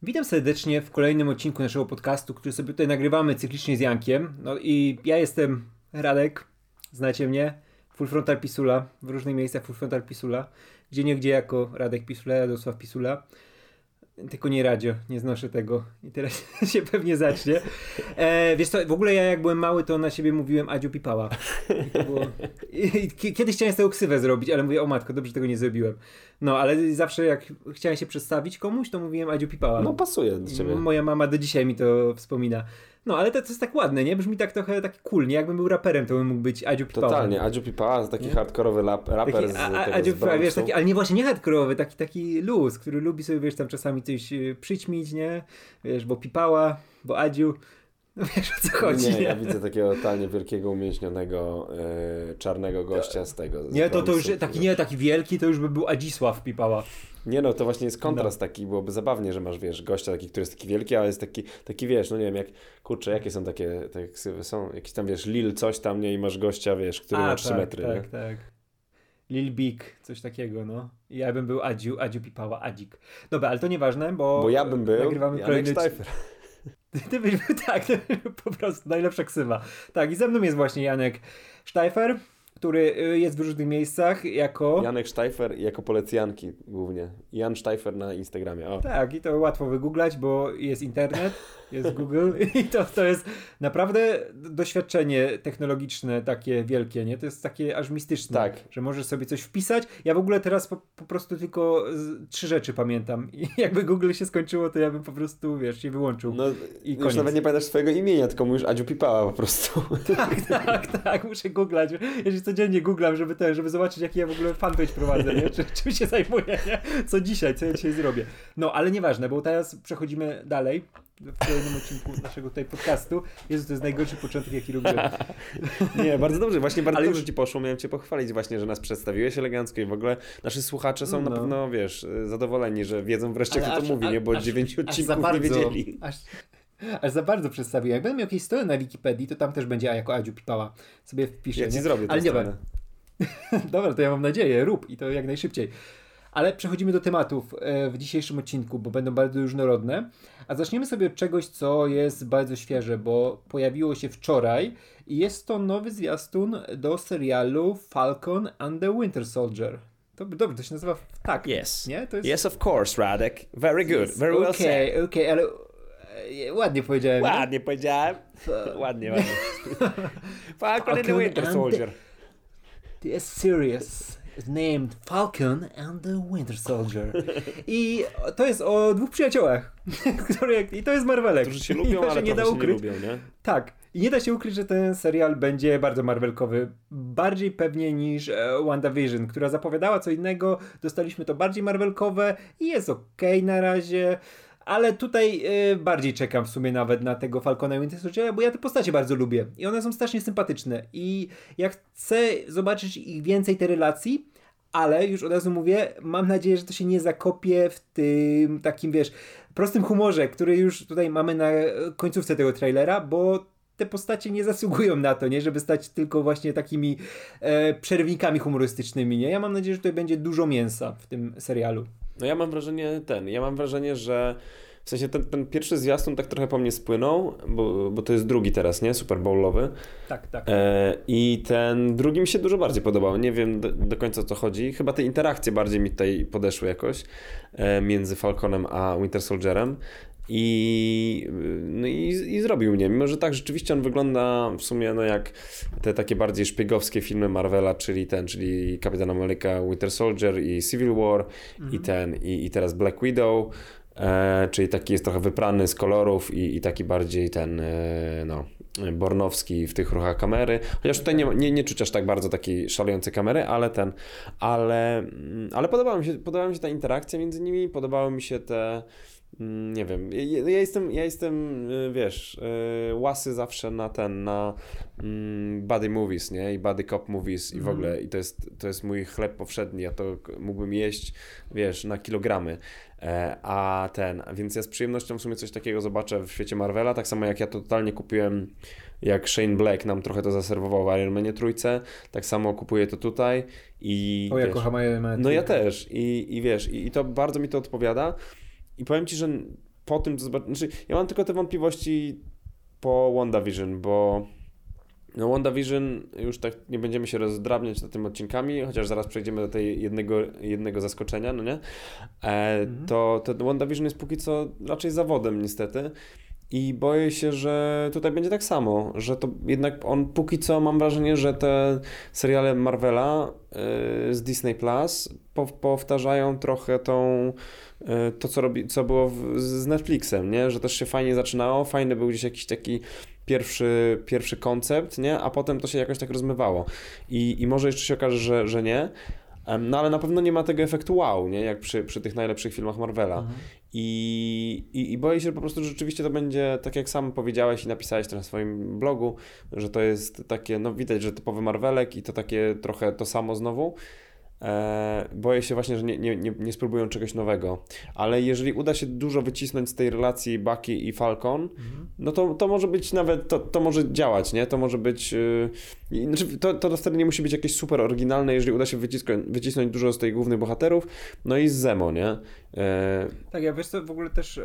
Witam serdecznie w kolejnym odcinku naszego podcastu, który sobie tutaj nagrywamy cyklicznie z Jankiem. No i ja jestem Radek, znacie mnie, Full Frontal Pisula, w różnych miejscach Full Frontal Pisula, gdzieniegdzie jako Radek Pisula, Radosław Pisula. Tylko nie Radio, nie znoszę tego i teraz się pewnie zacznie. Wiesz co, w ogóle ja jak byłem mały, to na siebie mówiłem Adziu Pipała. Kiedyś chciałem z tego ksywę zrobić, ale mówię, o matko, dobrze, że tego nie zrobiłem. No, ale zawsze jak chciałem się przedstawić komuś, to mówiłem Adziu Pipała. No pasuje do ciebie. Moja mama do dzisiaj mi to wspomina. No, ale to jest tak ładne, nie? Brzmi tak trochę taki cool, nie? Jakbym był raperem, to bym mógł być Adziu Pipała. Totalnie, Adziu Pipała, taki hardkorowy raper Adziu Pipała, wiesz, taki, ale nie właśnie nie hardkorowy, taki luz, który lubi sobie, wiesz, tam czasami coś przyćmić, nie? Wiesz, bo Pipała, bo Adziu. No wiesz, o co chodzi. Nie, ja widzę takiego totalnie wielkiego, umięśnionego, czarnego gościa z tego. Nie, to już taki wielki, to już by był Adzisław Pipała. Nie no, to właśnie jest kontrast taki, byłoby zabawnie, że masz, wiesz, gościa taki, który jest taki wielki, ale jest taki wiesz, no nie wiem, kurczę, jakie są takie ksywy, są jakieś tam, wiesz, Lil coś tam, nie, i masz gościa, wiesz, który ma 3 metry, nie? Tak. Lil Big, coś takiego, no. I ja bym był Adziu Pipała, Adzik. Dobra, ale to nieważne, bo ja bym był Janek Sztajfer. Ty byś był, tak, to po prostu najlepsza ksywa. Tak, i ze mną jest właśnie Janek Sztajfer, który jest w różnych miejscach jako... Janek Sztajfer jako polecjanki głównie. Jan Sztajfer na Instagramie. O. Tak, i to łatwo wygooglać, bo jest internet, jest Google i to jest naprawdę doświadczenie technologiczne takie wielkie, nie? To jest takie aż mistyczne, tak, że możesz sobie coś wpisać. Ja w ogóle teraz po prostu tylko 3 rzeczy pamiętam i jakby Google się skończyło, to ja bym po prostu, wiesz, się wyłączył. No, i już nawet nie pamiętasz swojego imienia, tylko mówisz Adziu Pipała po prostu. Tak, muszę googlać. Ja się codziennie googlam, żeby zobaczyć, jaki ja w ogóle fanpage prowadzę, nie? Czym się zajmuję, nie? Co ja dzisiaj zrobię. No, ale nieważne, bo teraz przechodzimy dalej w kolejnym odcinku naszego tutaj podcastu. Jezu, to jest najgorszy początek, jaki robiłem. Nie, bardzo dobrze, właśnie bardzo dobrze ci poszło. Miałem cię pochwalić właśnie, że nas przedstawiłeś elegancko i w ogóle nasi słuchacze są na pewno, wiesz, zadowoleni, że wiedzą wreszcie, kto to mówi, nie? Bo 9 odcinków nie wiedzieli. Aż za bardzo przedstawiłem. Jak będę miał jakieś strony na Wikipedii, to tam też będzie jako Adziu Pipała. Sobie wpiszę. Ja ci nie? zrobię tę stronę. Dobra, to ja mam nadzieję, rób i to jak najszybciej. Ale przechodzimy do tematów w dzisiejszym odcinku, bo będą bardzo różnorodne. A zaczniemy sobie od czegoś, co jest bardzo świeże, bo pojawiło się wczoraj i jest to nowy zwiastun do serialu Falcon and the Winter Soldier. Dobrze, to się nazywa tak. Yes. Nie? To jest... Yes, of course, Radek. Very good. Yes. Very well said. Okej, ale ładnie powiedziałem. Ładnie powiedziałem. Ładnie. Falcon and the Winter Soldier. The series is named Falcon and the Winter Soldier. I to jest o 2 przyjaciołach, i to jest Marvelek. Którzy się lubią, ale nie lubią, nie? Tak. I nie da się ukryć, że ten serial będzie bardzo Marvelkowy. Bardziej pewnie niż WandaVision, która zapowiadała co innego. Dostaliśmy to bardziej Marvelkowe i jest okej na razie. Ale tutaj bardziej czekam w sumie nawet na tego Falcona i Winter Soldiera, bo ja te postacie bardzo lubię i one są strasznie sympatyczne i ja chcę zobaczyć ich więcej te relacji, ale już od razu mówię, mam nadzieję, że to się nie zakopie w tym takim, wiesz, prostym humorze, który już tutaj mamy na końcówce tego trailera, bo te postacie nie zasługują na to, nie, żeby stać tylko właśnie takimi przerwnikami humorystycznymi, nie? Ja mam nadzieję, że tutaj będzie dużo mięsa w tym serialu. No ja mam wrażenie, że w sensie ten pierwszy zwiastun tak trochę po mnie spłynął, bo to jest drugi teraz, nie? Super Bowlowy. Tak. I ten drugi mi się dużo bardziej podobał. Nie wiem do końca o co chodzi. Chyba te interakcje bardziej mi tutaj podeszły jakoś między Falconem a Winter Soldierem. I zrobił mnie, mimo że tak rzeczywiście on wygląda w sumie jak te takie bardziej szpiegowskie filmy Marvela, czyli Kapitan Ameryka, Winter Soldier i Civil War i teraz Black Widow, czyli taki jest trochę wyprany z kolorów i taki bardziej bornowski w tych ruchach kamery, chociaż tutaj nie czuć aż tak bardzo takiej szalejącej kamery, ale podobała mi się ta interakcja między nimi, podobały mi się te nie wiem, ja jestem, wiesz, łasy zawsze na buddy movies, nie? I buddy cop movies i w ogóle, i to jest mój chleb powszedni, ja to mógłbym jeść, wiesz, na kilogramy, więc ja z przyjemnością w sumie coś takiego zobaczę w świecie Marvela, tak samo jak ja to totalnie kupiłem, jak Shane Black nam trochę to zaserwował w Iron Manie trójce, tak samo kupuję to tutaj i ja kocham Iron Man. No ja też i wiesz, i to bardzo mi to odpowiada. I powiem ci, że po tym, co zobaczyłem, znaczy ja mam tylko te wątpliwości po WandaVision, bo no WandaVision już tak nie będziemy się rozdrabniać nad tym odcinkami, chociaż zaraz przejdziemy do tej jednego zaskoczenia, no nie? To WandaVision jest póki co raczej zawodem niestety i boję się, że tutaj będzie tak samo, że to jednak póki co mam wrażenie, że te seriale Marvela z Disney Plus powtarzają trochę to co było z Netflixem, nie? Że też się fajnie zaczynało, fajny był gdzieś jakiś taki pierwszy koncept, nie? A potem to się jakoś tak rozmywało. I może jeszcze się okaże, że nie. No ale na pewno nie ma tego efektu wow, nie? Jak przy tych najlepszych filmach Marvela. I boję się, że po prostu rzeczywiście to będzie, tak jak sam powiedziałeś i napisałeś to na swoim blogu, że to jest takie, no widać, że typowy Marvelek i to takie trochę to samo znowu. Boję się właśnie, że nie spróbują czegoś nowego, ale jeżeli uda się dużo wycisnąć z tej relacji Bucky i Falcon, no to może być nawet, to może działać, nie? To może być, znaczy to wtedy nie musi być jakieś super oryginalne, jeżeli uda się wycisnąć dużo z tych głównych bohaterów, no i z Zemo, nie? Tak, ja wiesz co, w ogóle też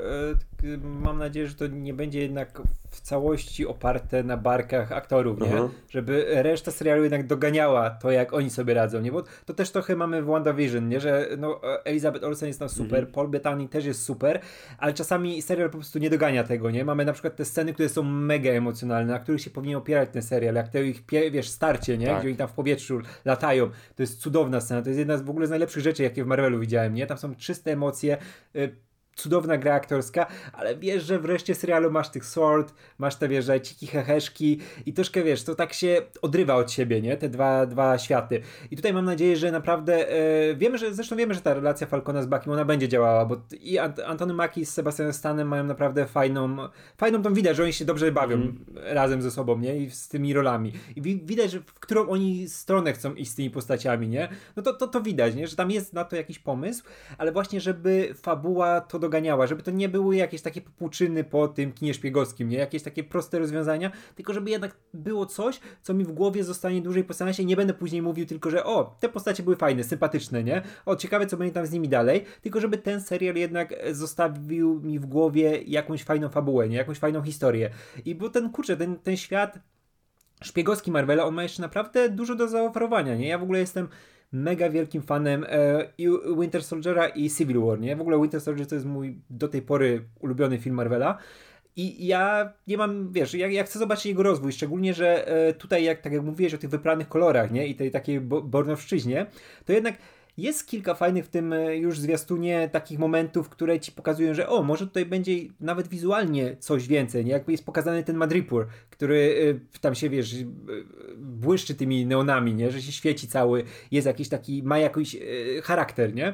mam nadzieję, że to nie będzie jednak w całości oparte na barkach aktorów, nie? Żeby reszta serialu jednak doganiała to, jak oni sobie radzą, nie? Bo to też trochę mamy w WandaVision, nie? Że no, Elizabeth Olsen jest tam super, Paul Bettany też jest super, ale czasami serial po prostu nie dogania tego, nie? Mamy na przykład te sceny, które są mega emocjonalne, na których się powinien opierać ten serial, jak te ich, wiesz, starcie, nie? Tak. Gdzie oni tam w powietrzu latają. To jest cudowna scena, to jest jedna w ogóle z najlepszych rzeczy, jakie w Marvelu widziałem, nie? Tam są czyste emocje, cudowna gra aktorska, ale wiesz, że wreszcie w serialu masz tych sword, masz te, wiesz, ciki heheszki i troszkę, wiesz, to tak się odrywa od siebie, nie? Te dwa światy. I tutaj mam nadzieję, że naprawdę wiemy, że ta relacja Falcona z Buckiem, ona będzie działała, bo i Anthony Mackie z Sebastianem Stanem mają naprawdę fajną tą widać, że oni się dobrze bawią razem ze sobą, nie? I z tymi rolami. I widać, że w którą oni stronę chcą iść z tymi postaciami, nie? No to widać, nie? Że tam jest na to jakiś pomysł, ale właśnie, żeby fabuła to doganiała, żeby to nie były jakieś takie popłuczyny po tym kinie szpiegowskim, nie? Jakieś takie proste rozwiązania, tylko żeby jednak było coś, co mi w głowie zostanie dłużej po seansie i nie będę później mówił tylko, że te postacie były fajne, sympatyczne, nie? Ciekawe, co będzie tam z nimi dalej, tylko żeby ten serial jednak zostawił mi w głowie jakąś fajną fabułę, nie? Jakąś fajną historię. I bo ten świat szpiegowski Marvela, on ma jeszcze naprawdę dużo do zaoferowania, nie? Ja w ogóle jestem mega wielkim fanem i Winter Soldiera i Civil War, nie? W ogóle Winter Soldier to jest mój do tej pory ulubiony film Marvela i ja nie mam, wiesz, ja chcę zobaczyć jego rozwój, szczególnie, że tutaj, tak jak mówiłeś o tych wypranych kolorach, nie? I tej takiej bornowszczyźnie, to jednak jest kilka fajnych w tym już zwiastunie takich momentów, które ci pokazują, że może tutaj będzie nawet wizualnie coś więcej, nie? Jakby jest pokazany ten Madripoor, który tam się, wiesz, błyszczy tymi neonami, nie? Że się świeci cały, jest jakiś taki, ma jakiś charakter, nie?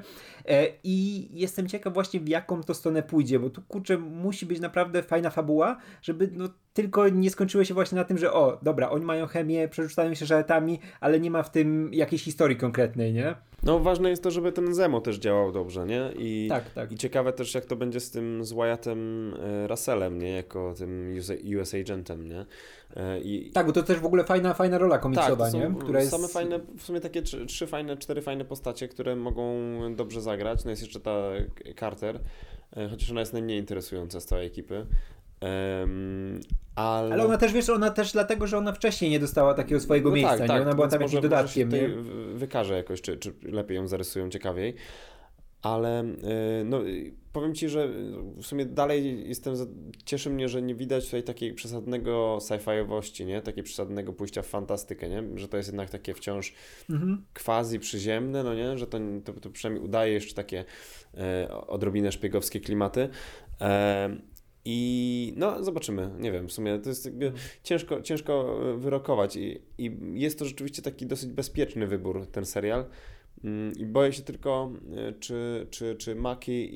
I jestem ciekaw właśnie, w jaką to stronę pójdzie, bo tu, kurczę, musi być naprawdę fajna fabuła, żeby tylko nie skończyło się właśnie na tym, że dobra, oni mają chemię, przerzucają się żartami, ale nie ma w tym jakiejś historii konkretnej, nie? No ważne jest to, żeby ten Zemo też działał dobrze, nie? Tak. I ciekawe też, jak to będzie z tym Wyattem Russellem, nie? Jako tym US Agentem, nie? Tak, bo to też w ogóle fajna rola komiksowa, tak, nie? Która jest same fajne, w sumie takie 4 fajne postacie, które mogą dobrze zagrać. No jest jeszcze ta Carter, chociaż ona jest najmniej interesująca z całej ekipy. Ale ona też, wiesz, dlatego, że ona wcześniej nie dostała takiego swojego miejsca, nie? Ona była tam jakimś dodatkiem, może się nie? Wykaże jakoś, czy lepiej ją zarysują ciekawiej. Ale powiem Ci, że w sumie dalej cieszy mnie, że nie widać tutaj takiej przesadnego sci-fiowości, nie? Takiej przesadnego pójścia w fantastykę, nie? Że to jest jednak takie wciąż quasi przyziemne, no nie? Że to przynajmniej udaje jeszcze takie odrobinę szpiegowskie klimaty. I zobaczymy, nie wiem, w sumie to jest jakby ciężko wyrokować i jest to rzeczywiście taki dosyć bezpieczny wybór, ten serial. I boję się tylko, czy Mackie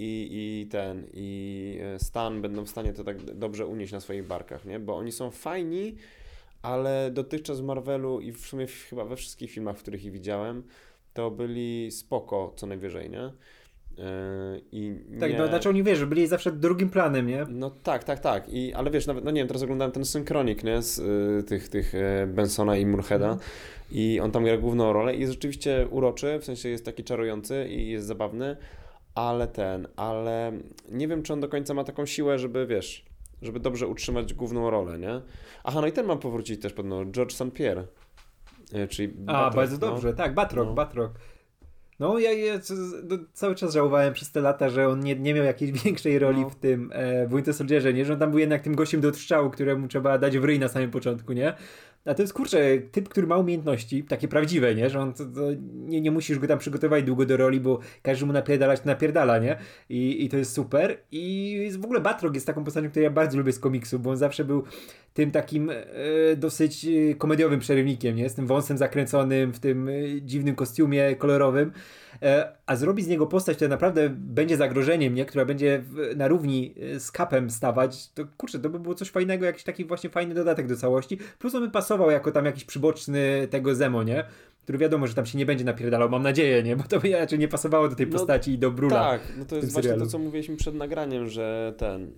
i Stan będą w stanie to tak dobrze unieść na swoich barkach, nie? Bo oni są fajni, ale dotychczas w Marvelu i w sumie chyba we wszystkich filmach, w których ich widziałem, to byli spoko co najwyżej, nie? Tak, no znaczy oni, wiesz, byli zawsze drugim planem, nie? No tak. Ale wiesz, nawet, no nie wiem, teraz oglądałem ten synchronik, nie? Z tych Bensona i Moorheada i on tam gra główną rolę i jest rzeczywiście uroczy, w sensie jest taki czarujący i jest zabawny, ale nie wiem, czy on do końca ma taką siłę, żeby, wiesz, żeby dobrze utrzymać główną rolę, nie? Aha, no i ten ma powrócić też pewno, George St. Pierre, czyli Batroc, bardzo dobrze, tak, Batroc, No. Batroc. No, cały czas żałowałem przez te lata, że on nie miał jakiejś większej roli No. w tym w Winter Soldierze, nie? Że on tam był jednak tym gościem do odstrzału, któremu trzeba dać w ryj na samym początku, nie? A to jest, kurczę, typ, który ma umiejętności, takie prawdziwe, nie? Że on nie musisz go tam przygotować długo do roli, bo każdy mu napierdalać, to napierdala, nie? I to jest super. I w ogóle Batroc jest taką postacią, którą ja bardzo lubię z komiksu, bo on zawsze był tym takim dosyć komediowym przerywnikiem, nie? Z tym wąsem zakręconym, w tym dziwnym kostiumie kolorowym. A zrobić z niego postać, która naprawdę będzie zagrożeniem, nie? Która będzie na równi z Capem stawać, to kurczę, to by było coś fajnego, jakiś taki właśnie fajny dodatek do całości. Plus on by pasował jako tam jakiś przyboczny tego Zemo, nie? Który wiadomo, że tam się nie będzie napierdalał, mam nadzieję, nie? Bo to by raczej nie pasowało do tej postaci i do Brula. Tak, no to jest właśnie serialu. to, co mówiliśmy przed nagraniem, że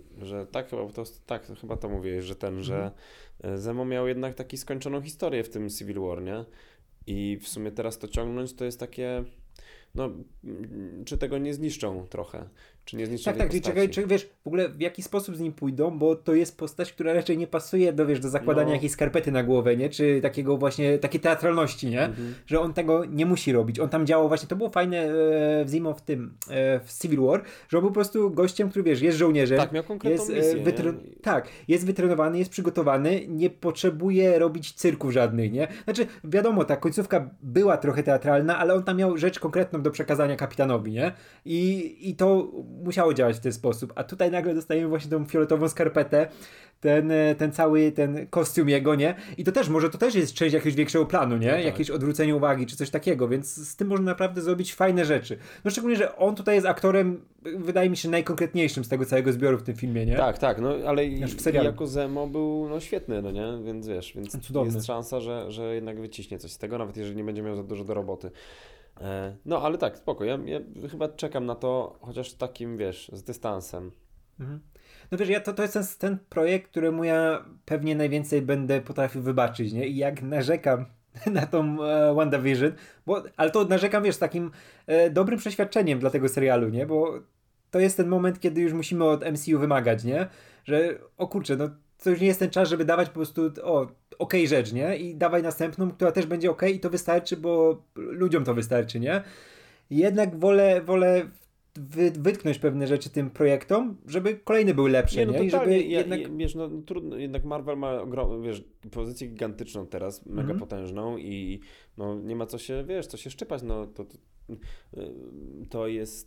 chyba to mówiłeś, że że Zemo miał jednak taki skończoną historię w tym Civil War, nie? I w sumie teraz to ciągnąć to jest takie, no, czy tego nie zniszczą trochę? Czy nie zniszczą tej Tak, postaci? czy wiesz, w ogóle w jaki sposób z nim pójdą, bo to jest postać, która raczej nie pasuje do, wiesz, do zakładania No. jakiejś skarpety na głowę, nie? Czy takiego właśnie, takiej teatralności, nie? Że on tego nie musi robić. On tam działał właśnie, to było fajne w Zimo w Civil War, że on był po prostu gościem, który, wiesz, jest żołnierzem. Tak, miał konkretną jest, misję, nie? Tak, jest wytrenowany, jest przygotowany, nie potrzebuje robić cyrków żadnych, nie? Znaczy, wiadomo, ta końcówka była trochę teatralna, ale on tam miał rzecz konkretną do przekazania kapitanowi, nie? I to musiało działać w ten sposób. A tutaj nagle dostajemy właśnie tą fioletową skarpetę, ten cały ten kostium jego, nie? I to też, może to też jest część jakiegoś większego planu, nie? No tak. Jakieś odwrócenie uwagi, czy coś takiego, więc z tym można naprawdę zrobić fajne rzeczy. No szczególnie, że on tutaj jest aktorem, wydaje mi się, najkonkretniejszym z tego całego zbioru w tym filmie, nie? Tak, no ale w serialu. jako Zemo był no, świetny, no nie? Więc wiesz, Cudowny. jest szansa, że jednak wyciśnie coś z tego, nawet jeżeli nie będzie miał za dużo do roboty. No ale tak, spoko, ja chyba czekam na to, chociaż takim, wiesz, z dystansem. Mhm. No wiesz, to jest ten projekt, któremu ja pewnie najwięcej będę potrafił wybaczyć, nie? I jak narzekam na tą WandaVision, ale to narzekam, wiesz, z takim dobrym przeświadczeniem dla tego serialu, nie? Bo to jest ten moment, kiedy już musimy od MCU wymagać, nie? Że, o kurczę, no to już nie jest ten czas, żeby dawać po prostu, okej rzecz, nie? I dawaj następną, która też będzie okej i to wystarczy, bo ludziom to wystarczy, nie? Jednak wolę wytknąć pewne rzeczy tym projektom, żeby kolejne były lepsze, No nie? I żeby totalnie, jednak... wiesz, no trudno, jednak Marvel ma wiesz, pozycję gigantyczną teraz, mega potężną i no nie ma co się, wiesz, co się szczypać, no to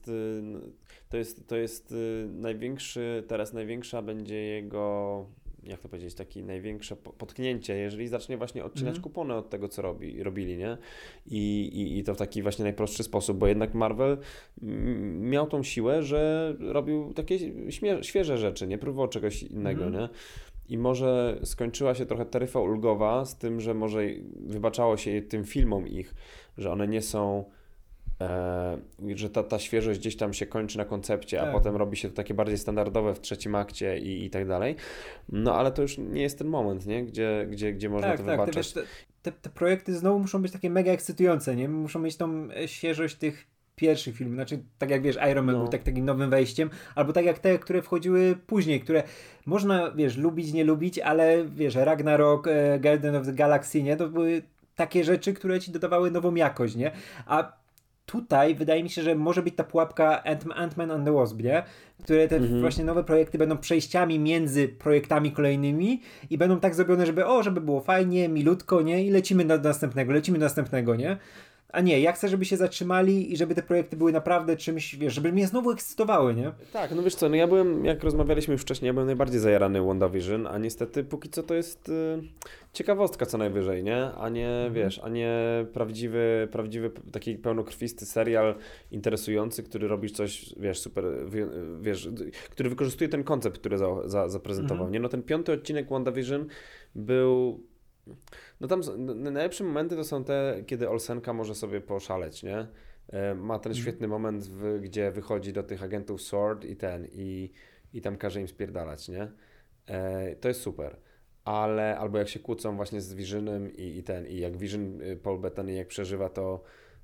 jest największa będzie jego, jak to powiedzieć, takie największe potknięcie, jeżeli zacznie właśnie odcinać kupony od tego, co robili, nie? I to w taki właśnie najprostszy sposób, bo jednak Marvel miał tą siłę, że robił takie świeże rzeczy, nie próbował czegoś innego, nie? I może skończyła się trochę taryfa ulgowa z tym, że może wybaczało się tym filmom ich, że one nie są że ta świeżość gdzieś tam się kończy na koncepcie, a potem robi się to takie bardziej standardowe w trzecim akcie i tak dalej. No ale to już nie jest ten moment, nie? Gdzie można to wybaczać. Te projekty znowu muszą być takie mega ekscytujące, nie? Muszą mieć tą świeżość tych pierwszych filmów, znaczy tak jak wiesz, Iron Man był takim nowym wejściem, albo tak jak te, które wchodziły później, które można, wiesz, lubić, nie lubić, ale wiesz, Ragnarok, Guardians of the Galaxy, nie? To były takie rzeczy, które ci dodawały nową jakość, nie? A tutaj wydaje mi się, że może być ta pułapka Ant-Man and the Wasp, nie? Które te właśnie nowe projekty będą przejściami między projektami kolejnymi i będą tak zrobione, żeby było fajnie, milutko, nie? I lecimy do następnego, nie? A nie, ja chcę, żeby się zatrzymali i żeby te projekty były naprawdę czymś, wiesz, żeby mnie znowu ekscytowały, nie? Tak, no wiesz co, no ja byłem, jak rozmawialiśmy już wcześniej, ja byłem najbardziej zajarany WandaVision, a niestety póki co to jest ciekawostka co najwyżej, nie? A nie, wiesz, a nie prawdziwy taki pełnokrwisty serial interesujący, który robisz coś, wiesz, super, wiesz, który wykorzystuje ten koncept, który zaprezentował, nie? No ten 5. odcinek WandaVision był... No tam najlepsze momenty to są te, kiedy Olsenka może sobie poszaleć, nie? Ma ten świetny moment, gdzie wychodzi do tych agentów SWORD i tam każe im spierdalać, nie? To jest super. Albo jak się kłócą właśnie z Visionem i jak Vision, Paul Bettany jak przeżywa to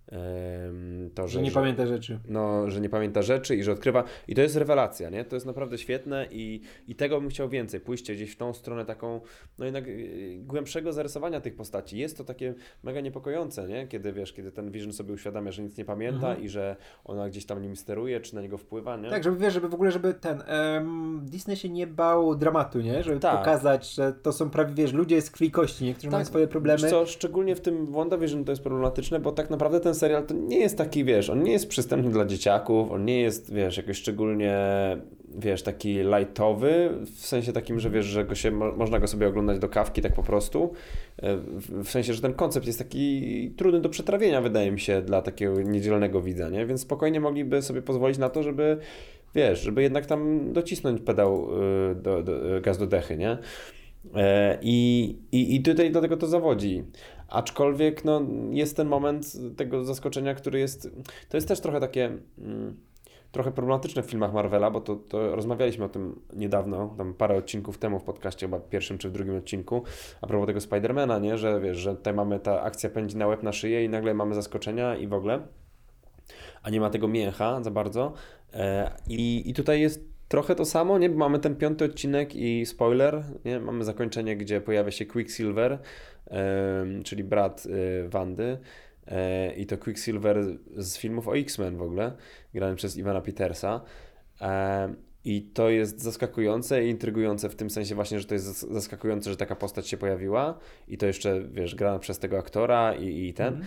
To, że nie pamięta rzeczy. No, że nie pamięta rzeczy i że odkrywa. I to jest rewelacja, nie? To jest naprawdę świetne i tego bym chciał więcej. Pójście gdzieś w tą stronę taką, no jednak głębszego zarysowania tych postaci. Jest to takie mega niepokojące, nie? Kiedy wiesz, kiedy ten Vision sobie uświadamia, że nic nie pamięta i że ona gdzieś tam nim steruje, czy na niego wpływa, nie? Tak, żeby wiesz, żeby w ogóle, żeby Disney się nie bał dramatu, nie? Żeby pokazać, że to są prawie, wiesz, ludzie z krwi i kości, nie? Którzy mają swoje problemy. Wiesz co, szczególnie w tym WandaVision to jest problematyczne, bo tak naprawdę ten serial to nie jest taki, wiesz, on nie jest przystępny dla dzieciaków, on nie jest, wiesz, jakoś szczególnie, wiesz, taki lightowy, w sensie takim, że wiesz, że można go sobie oglądać do kawki tak po prostu, w sensie, że ten koncept jest taki trudny do przetrawienia, wydaje mi się, dla takiego niedzielnego widza, nie? Więc spokojnie mogliby sobie pozwolić na to, żeby, wiesz, żeby jednak tam docisnąć pedał, gaz do dechy, nie? I tutaj dlatego to zawodzi. Aczkolwiek no, jest ten moment tego zaskoczenia, który jest... To jest też trochę takie... trochę problematyczne w filmach Marvela, bo to rozmawialiśmy o tym niedawno, tam parę odcinków temu w podcaście, chyba pierwszym czy w drugim odcinku, a propos tego Spidermana, nie? Że wiesz, że tutaj mamy ta akcja pędzi na łeb, na szyję i nagle mamy zaskoczenia i w ogóle, a nie ma tego mięcha za bardzo. I tutaj jest trochę to samo, nie? Mamy ten 5. odcinek i spoiler, nie? Mamy zakończenie, gdzie pojawia się Quicksilver, czyli brat Wandy, i to Quicksilver z filmów o X-Men w ogóle, grany przez Ivana Petersa. I to jest zaskakujące i intrygujące w tym sensie właśnie, że to jest zaskakujące, że taka postać się pojawiła i to jeszcze, wiesz, grana przez tego aktora i ten.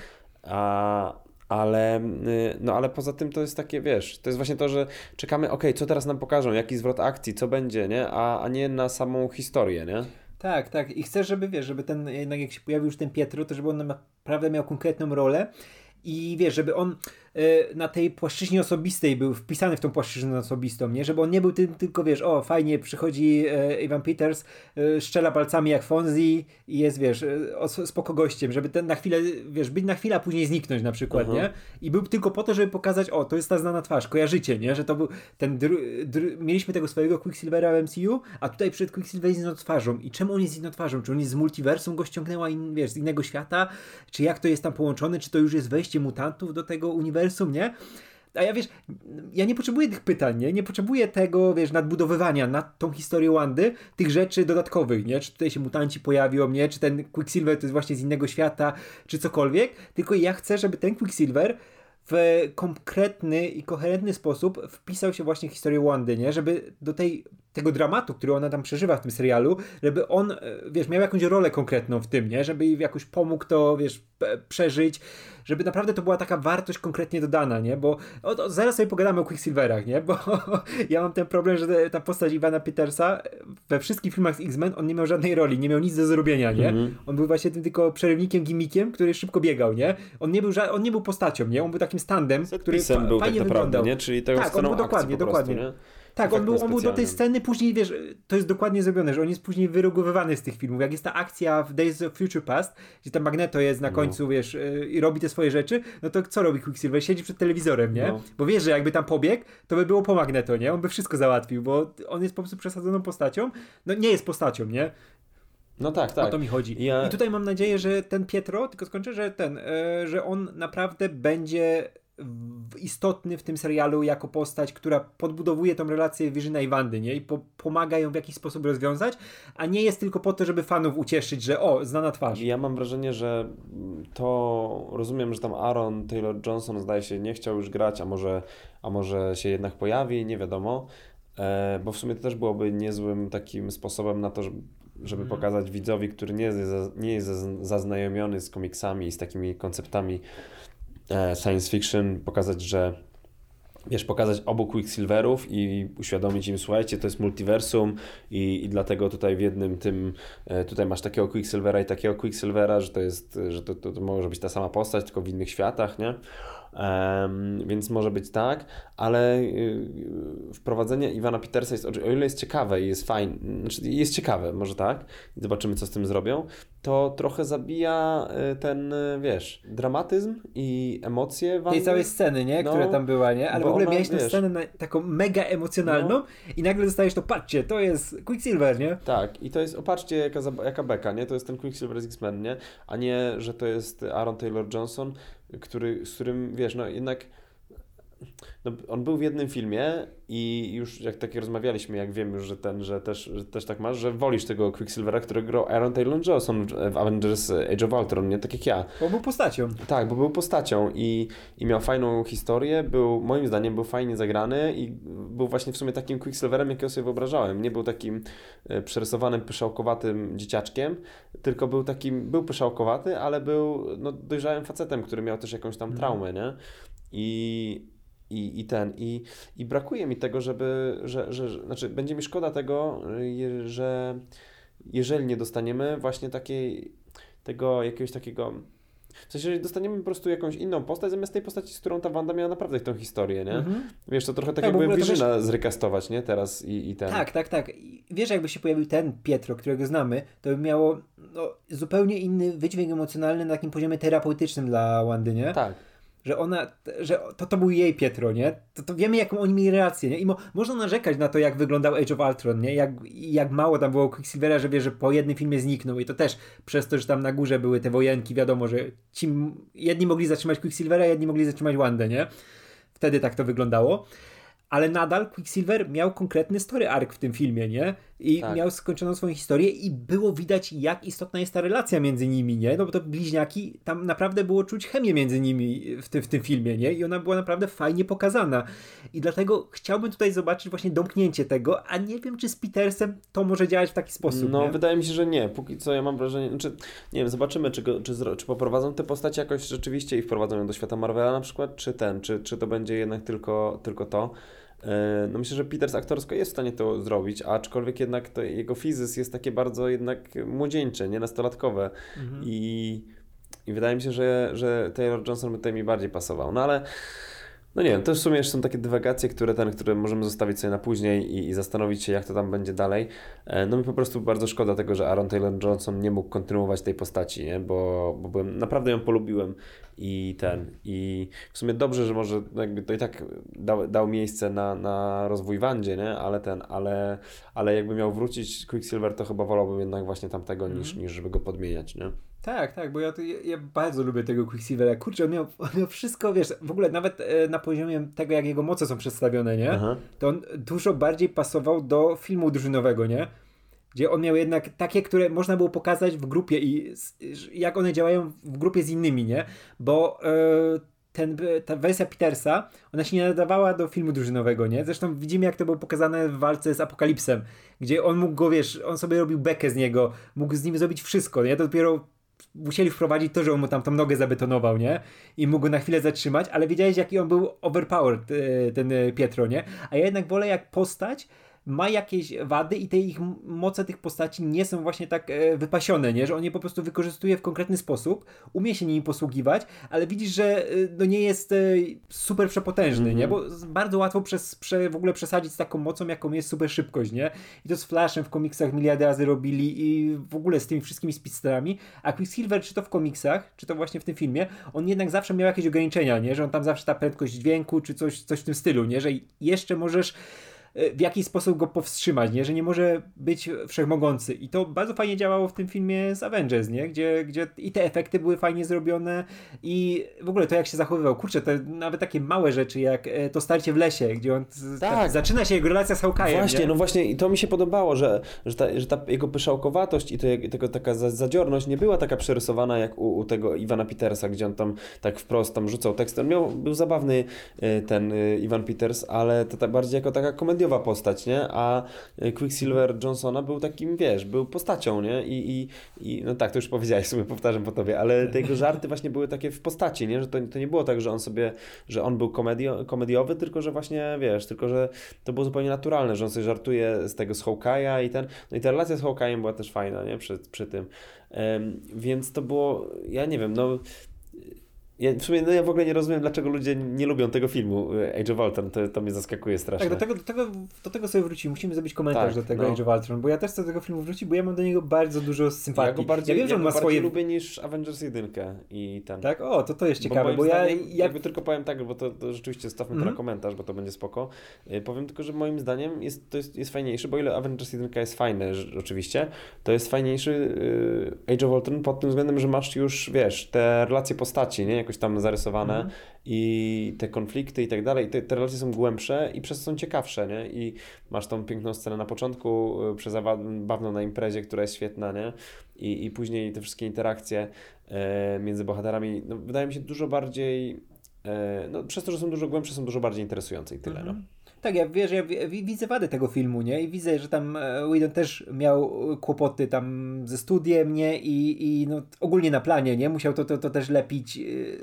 Ale poza tym to jest takie, wiesz, to jest właśnie to, że czekamy, co teraz nam pokażą, jaki zwrot akcji, co będzie, nie? A nie na samą historię, nie? Tak, tak. I chcę, żeby, wiesz, żeby ten, jednak jak się pojawił już ten Pietro, to żeby on naprawdę miał konkretną rolę i wiesz, żeby on na tej płaszczyźnie osobistej był wpisany w tą płaszczyznę osobistą, nie? Żeby on nie był tylko, wiesz, fajnie przychodzi Evan Peters, strzela palcami jak Fonzie i jest, wiesz, spoko gościem, żeby ten na chwilę, wiesz, być na chwilę, a później zniknąć na przykład, nie? I był tylko po to, żeby pokazać, to jest ta znana twarz, kojarzycie, nie? Że to był ten, mieliśmy tego swojego Quicksilvera w MCU, a tutaj przed Quicksilver jest inną twarzą. I czemu on jest inną twarzą? Czy on jest z multiversum, go ściągnęła, wiesz, z innego świata? Czy jak to jest tam połączone? Czy to już jest wejście mutantów do tego uniwersum, nie? A ja, wiesz, ja nie potrzebuję tych pytań, nie? Nie potrzebuję tego, wiesz, nadbudowywania nad tą historię Wandy, tych rzeczy dodatkowych, nie? Czy tutaj się mutanci pojawią, nie? Czy ten Quicksilver to jest właśnie z innego świata, czy cokolwiek, tylko ja chcę, żeby ten Quicksilver w konkretny i koherentny sposób wpisał się właśnie w historię Wandy, nie? Żeby do tego dramatu, który ona tam przeżywa w tym serialu, żeby on, wiesz, miał jakąś rolę konkretną w tym, nie? Żeby jej jakoś pomógł to, wiesz, przeżyć, żeby naprawdę to była taka wartość konkretnie dodana, nie? Bo zaraz sobie pogadamy o Quicksilverach, nie? Bo ja mam ten problem, że ta postać Ivana Petersa we wszystkich filmach z X-Men on nie miał żadnej roli, nie miał nic do zrobienia, nie? On był właśnie tym tylko przerywnikiem, gimmickiem, który szybko biegał, nie? On nie był postacią, nie? On był takim standem, który był fajnie tak wyglądał. Nie? Czyli tego tak, on był dokładnie. Nie? Tak, on był do tej sceny później, wiesz, to jest dokładnie zrobione, że on jest później wyrogowywany z tych filmów. Jak jest ta akcja w Days of Future Past, gdzie tam Magneto jest na końcu, wiesz, i robi te swoje rzeczy, no to co robi Quicksilver? Siedzi przed telewizorem, nie? Bo wiesz, że jakby tam pobiegł, to by było po Magneto, nie? On by wszystko załatwił, bo on jest po prostu przesadzoną postacią. No nie jest postacią, nie? No tak. O to mi chodzi. I tutaj mam nadzieję, że ten Pietro, tylko skończę, że on naprawdę będzie istotny w tym serialu jako postać, która podbudowuje tą relację Visiona i Wandy, nie? I pomaga ją w jakiś sposób rozwiązać, a nie jest tylko po to, żeby fanów ucieszyć, że znana twarz. Ja mam wrażenie, że to rozumiem, że tam Aaron Taylor-Johnson zdaje się nie chciał już grać, a może się jednak pojawi, nie wiadomo, bo w sumie to też byłoby niezłym takim sposobem na to, żeby pokazać widzowi, który nie jest zaznajomiony z komiksami i z takimi konceptami science fiction, pokazać obu Quicksilverów i uświadomić im, słuchajcie, to jest multiversum i dlatego tutaj w jednym tym, tutaj masz takiego Quicksilvera i takiego Quicksilvera, że to może być ta sama postać, tylko w innych światach, nie? Więc może być tak, ale wprowadzenie Ivana Petersa jest, o ile jest ciekawe i jest fajne, znaczy jest ciekawe, może tak, i zobaczymy, co z tym zrobią, to trochę zabija ten, wiesz, dramatyzm i emocje Wandy. Tej całej sceny, nie? Która tam była, nie? Ale w ogóle miałeś tę scenę taką mega emocjonalną i nagle dostajesz to, patrzcie, to jest Quicksilver, nie? Tak, i to jest, patrzcie, jaka beka, nie? To jest ten Quicksilver z X-Men, nie? A nie, że to jest Aaron Taylor-Johnson. z którym, wiesz, no jednak no, on był w jednym filmie i już jak tak rozmawialiśmy, jak wiem już, że też tak masz, że wolisz tego Quicksilvera, którego grał Aaron Taylor-Johnson w Avengers Age of Ultron, nie? Tak jak ja. Bo był postacią. Tak, bo był postacią i miał fajną historię, moim zdaniem był fajnie zagrany i był właśnie w sumie takim Quicksilverem, jakiego sobie wyobrażałem. Nie był takim przerysowanym, pyszałkowatym dzieciaczkiem, tylko był pyszałkowaty, ale był no, dojrzałym facetem, który miał też jakąś tam traumę, nie? I brakuje mi tego, znaczy będzie mi szkoda tego, że jeżeli nie dostaniemy właśnie tego jakiegoś takiego, w sensie, jeżeli dostaniemy po prostu jakąś inną postać zamiast tej postaci, z którą ta Wanda miała naprawdę tą historię, nie? Wiesz, to trochę tak jakby Viziona zrecastować, nie? Teraz i ten. Tak. Wiesz, jakby się pojawił ten Pietro, którego znamy, to by miało no, zupełnie inny wydźwięk emocjonalny na takim poziomie terapeutycznym dla Wandy, nie? Tak. Że to był jej Pietro, nie? To wiemy, jaką oni mieli relację, nie? I można narzekać na to, jak wyglądał Age of Ultron, nie? Jak mało tam było Quicksilvera, że wiesz, że po jednym filmie zniknął i to też przez to, że tam na górze były te wojenki, wiadomo, że jedni mogli zatrzymać Quicksilvera, jedni mogli zatrzymać Wandę, nie? Wtedy tak to wyglądało. Ale nadal Quicksilver miał konkretny story arc w tym filmie, nie? I miał skończoną swoją historię i było widać, jak istotna jest ta relacja między nimi, nie? No bo to bliźniaki, tam naprawdę było czuć chemię między nimi w tym filmie, nie? I ona była naprawdę fajnie pokazana. I dlatego chciałbym tutaj zobaczyć właśnie domknięcie tego, a nie wiem, czy z Petersem to może działać w taki sposób, no, nie? Wydaje mi się, że nie. Póki co ja mam wrażenie, nie wiem, zobaczymy, czy poprowadzą te postacie jakoś rzeczywiście i wprowadzą ją do świata Marvela na przykład, czy to będzie jednak tylko to. No myślę, że Peters aktorsko jest w stanie to zrobić, aczkolwiek jednak to jego fizys jest takie bardzo jednak młodzieńcze, nie nastolatkowe i wydaje mi się, że Taylor Johnson by tutaj mi bardziej pasował, no ale no nie wiem, to w sumie jeszcze są takie dywagacje, które możemy zostawić sobie na później i zastanowić się, jak to tam będzie dalej. No mi po prostu bardzo szkoda tego, że Aaron Taylor-Johnson nie mógł kontynuować tej postaci, nie? Bo naprawdę ją polubiłem i w sumie dobrze, że może jakby to i tak dał miejsce na rozwój Wandzie, nie? Ale jakby miał wrócić Quicksilver, to chyba wolałbym jednak właśnie tamtego niż żeby go podmieniać, nie? Tak, bo ja bardzo lubię tego Quicksilvera. Kurczę, on miał wszystko, wiesz, w ogóle nawet na poziomie tego, jak jego moce są przedstawione, nie? Aha. To on dużo bardziej pasował do filmu drużynowego, nie? Gdzie on miał jednak takie, które można było pokazać w grupie i jak one działają w grupie z innymi, nie? Bo ta wersja Petersa, ona się nie nadawała do filmu drużynowego, nie? Zresztą widzimy, jak to było pokazane w walce z Apokalipsem, gdzie on mógł go, wiesz, on sobie robił bekę z niego, mógł z nim zrobić wszystko, nie? To dopiero musieli wprowadzić to, że on mu tam tą nogę zabetonował, nie? I mógł go na chwilę zatrzymać, ale wiedziałeś, jaki on był overpowered, ten Pietro, nie? A ja jednak wolę, jak postać ma jakieś wady i te ich moce tych postaci nie są właśnie tak wypasione, nie? Że on je po prostu wykorzystuje w konkretny sposób, umie się nimi posługiwać, ale widzisz, że no nie jest super przepotężny, nie? Bo bardzo łatwo w ogóle przesadzić z taką mocą, jaką jest super szybkość, nie? I to z Flashem w komiksach miliardy razy robili i w ogóle z tymi wszystkimi speedsterami, a Quicksilver, czy to w komiksach, czy to właśnie w tym filmie, on jednak zawsze miał jakieś ograniczenia, nie? Że on tam zawsze ta prędkość dźwięku, czy coś w tym stylu, nie? Że jeszcze możesz w jakiś sposób go powstrzymać, nie? Że nie może być wszechmogący. I to bardzo fajnie działało w tym filmie z Avengers, nie? Gdzie i te efekty były fajnie zrobione i w ogóle to, jak się zachowywał. Kurczę, te nawet takie małe rzeczy, jak to starcie w lesie, gdzie on zaczyna się jego relacja z Hawkeye'em. Właśnie, nie? No właśnie i to mi się podobało, że ta jego pyszałkowatość i tego taka zadziorność nie była taka przerysowana jak u tego Ivana Petersa, gdzie on tam tak wprost tam rzucał tekst. Był zabawny ten Ivan Peters, ale to tak bardziej jako taka komediowa postać, nie? A Quicksilver Johnsona był takim, wiesz, był postacią, nie? I no tak, to już powiedziałeś, w sumie powtarzam po tobie, ale te jego żarty właśnie były takie w postaci, nie? Że to nie było tak, że on był komediowy, tylko że właśnie, wiesz, tylko że to było zupełnie naturalne, że on sobie żartuje z tego z Hawkeye'a i no i ta relacja z Hawkeye'em była też fajna, nie? Przy tym. Więc to było, ja nie wiem, no ja w ogóle nie rozumiem, dlaczego ludzie nie lubią tego filmu Age of Ultron, to mnie zaskakuje strasznie. Tak, do tego sobie wrócimy. Musimy zrobić komentarz do tego Age of Ultron, bo ja też chcę do tego filmu wrócić, bo ja mam do niego bardzo dużo sympatii. Ja wiem, że on ma swoje... lubię niż Avengers 1 i ten. Tak? O, to jest ciekawe, bo ja... Jakby tylko powiem tak, bo to rzeczywiście stawmy to na komentarz, bo to będzie spoko. Powiem tylko, że moim zdaniem jest fajniejszy, bo ile Avengers 1 jest fajne oczywiście, to jest fajniejszy Age of Ultron pod tym względem, że masz już, wiesz, te relacje postaci, nie? Jakoś jakoś tam zarysowane i te konflikty i tak dalej, te relacje są głębsze i przez to są ciekawsze, nie? I masz tą piękną scenę na początku, przezabawną na imprezie, która jest świetna, nie? I później te wszystkie interakcje między bohaterami, no, wydaje mi się dużo bardziej, no, przez to, że są dużo głębsze, są dużo bardziej interesujące i tyle, no. Tak, ja widzę wady tego filmu, nie? I widzę, że tam Whedon też miał kłopoty tam ze studiem, nie? I no, ogólnie na planie, nie? Musiał to też lepić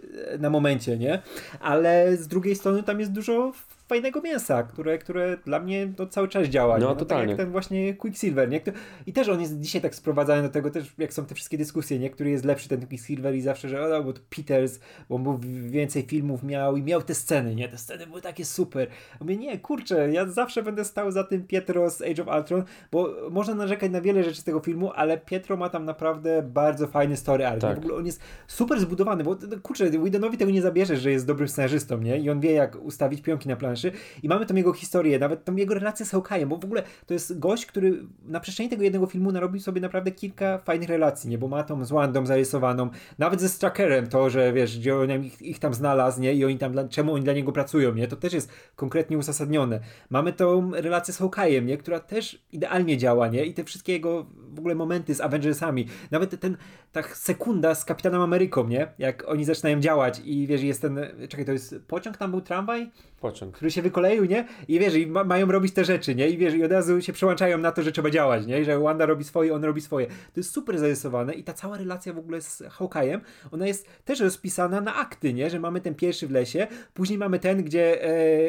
na momencie, nie? Ale z drugiej strony tam jest dużo fajnego mięsa, które dla mnie to cały czas działa. No, nie? totalnie. Tak jak ten właśnie Quicksilver, nie? I też on jest dzisiaj tak sprowadzany do tego, też jak są te wszystkie dyskusje, nie? Który jest lepszy, ten Quicksilver i zawsze, że bo to Peters, bo on był więcej filmów miał i miał te sceny, nie? Te sceny były takie super. A mówię, nie, kurczę, ja zawsze będę stał za tym Pietro z Age of Ultron, bo można narzekać na wiele rzeczy z tego filmu, ale Pietro ma tam naprawdę bardzo fajny story arc. Tak. W ogóle on jest super zbudowany, bo kurczę, Whedonowi tego nie zabierzesz, że jest dobrym scenarzystą, nie? I on wie, jak ustawić pionki na planszy i mamy tą jego historię, nawet tą jego relację z Hawkeye'em, bo w ogóle to jest gość, który na przestrzeni tego jednego filmu narobił sobie naprawdę kilka fajnych relacji, nie? Bo ma tą z Wandą zarysowaną, nawet ze Struckerem to, że wiesz, gdzie on ich tam znalazł, nie? I oni tam, czemu oni dla niego pracują, nie? To też jest konkretnie uzasadnione. Mamy tą relację z Hawkeye'em, nie? Która też idealnie działa, nie? I te wszystkie jego w ogóle momenty z Avengersami, nawet ta sekunda z Kapitanem Ameryką, nie? Jak oni zaczynają działać i wiesz, jest ten, czekaj, to jest pociąg, tam był tramwaj? Pociąg. Który się wykoleił, nie? I wiesz, i mają robić te rzeczy, nie? I wiesz, i od razu się przełączają na to, że trzeba działać, nie? I że Wanda robi swoje, on robi swoje. To jest super zarysowane i ta cała relacja w ogóle z Hawkeye'em, ona jest też rozpisana na akty, nie? Że mamy ten pierwszy w lesie, później mamy ten, gdzie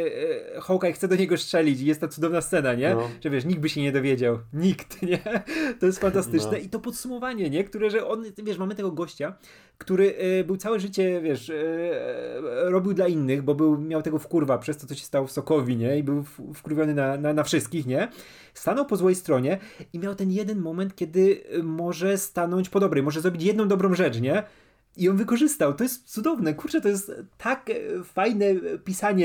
Hawkeye chce do niego strzelić i jest ta cudowna scena, nie? No. Że wiesz, nikt by się nie dowiedział. Nikt, nie? To jest fantastyczne. No. I to podsumowanie, nie? Które, że on, wiesz, mamy tego gościa, który był całe życie, wiesz, robił dla innych, bo miał tego wkurwa przez to, co się stało w Sokowi, nie? I był wkurwiony na wszystkich, nie? Stanął po złej stronie i miał ten jeden moment, kiedy może stanąć po dobrej, może zrobić jedną dobrą rzecz, nie? I on wykorzystał. To jest cudowne. Kurczę, to jest tak fajne pisanie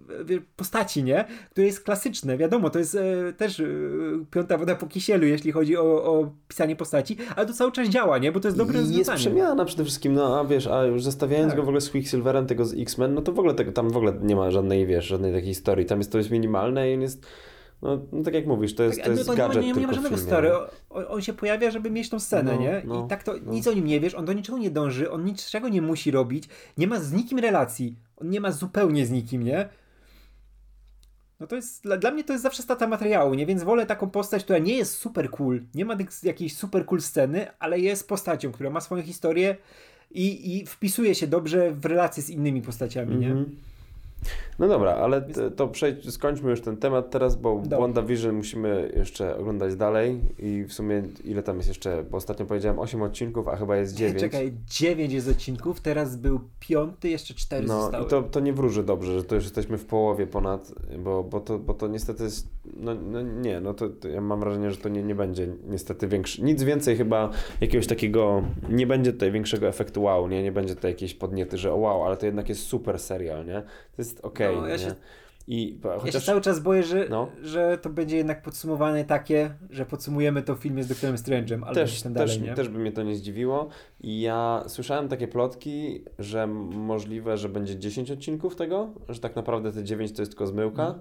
postaci, nie? Które jest klasyczne. Wiadomo, to jest też piąta woda po kisielu, jeśli chodzi o pisanie postaci, ale to cały czas działa, nie? Bo to jest dobre rozwiązanie. Jest przemiana przede wszystkim, no a wiesz, a już zestawiając Tak. go w ogóle z Quicksilverem, tego z X-Men, no to w ogóle tam w ogóle nie ma żadnej, wiesz, żadnej takiej historii. Tam jest to jest minimalne i on jest, no tak jak mówisz, to jest, Tak, to jest no, gadżet nie tylko ma w żadnego filmie. story. On się pojawia, żeby mieć tą scenę, No, nie? no, I tak to no. nic o nim nie wiesz, on do niczego nie dąży, on niczego nie musi robić, nie ma z nikim relacji, on nie ma zupełnie z nikim, nie? No to jest, dla mnie to jest zawsze strata materiału, nie? Więc wolę taką postać, która nie jest super cool, nie ma jakiejś super cool sceny, ale jest postacią, która ma swoją historię i wpisuje się dobrze w relacje z innymi postaciami, nie? No dobra, ale skończmy już ten temat teraz, bo Dobra. WandaVision musimy jeszcze oglądać dalej i w sumie ile tam jest jeszcze, bo ostatnio powiedziałem 8 odcinków, a chyba jest 9. Czekaj, 9 jest odcinków, teraz był 5, jeszcze 4 No zostały. i to nie wróży dobrze, że to już jesteśmy w połowie ponad, bo to niestety jest, to ja mam wrażenie, że to nie będzie niestety nic więcej chyba jakiegoś takiego, nie będzie tutaj większego efektu wow, nie będzie tutaj jakiejś podniety, że wow, ale to jednak jest super serial, nie? To jest okej, No, nie? Ja się cały czas boję, że to będzie jednak podsumowane takie, że podsumujemy to w filmie z Doktorem Strange'em, albo gdzieś tam dalej, nie? Też by mnie to nie zdziwiło. I ja słyszałem takie plotki, że możliwe, że będzie 10 odcinków tego, że tak naprawdę te 9 to jest tylko zmyłka.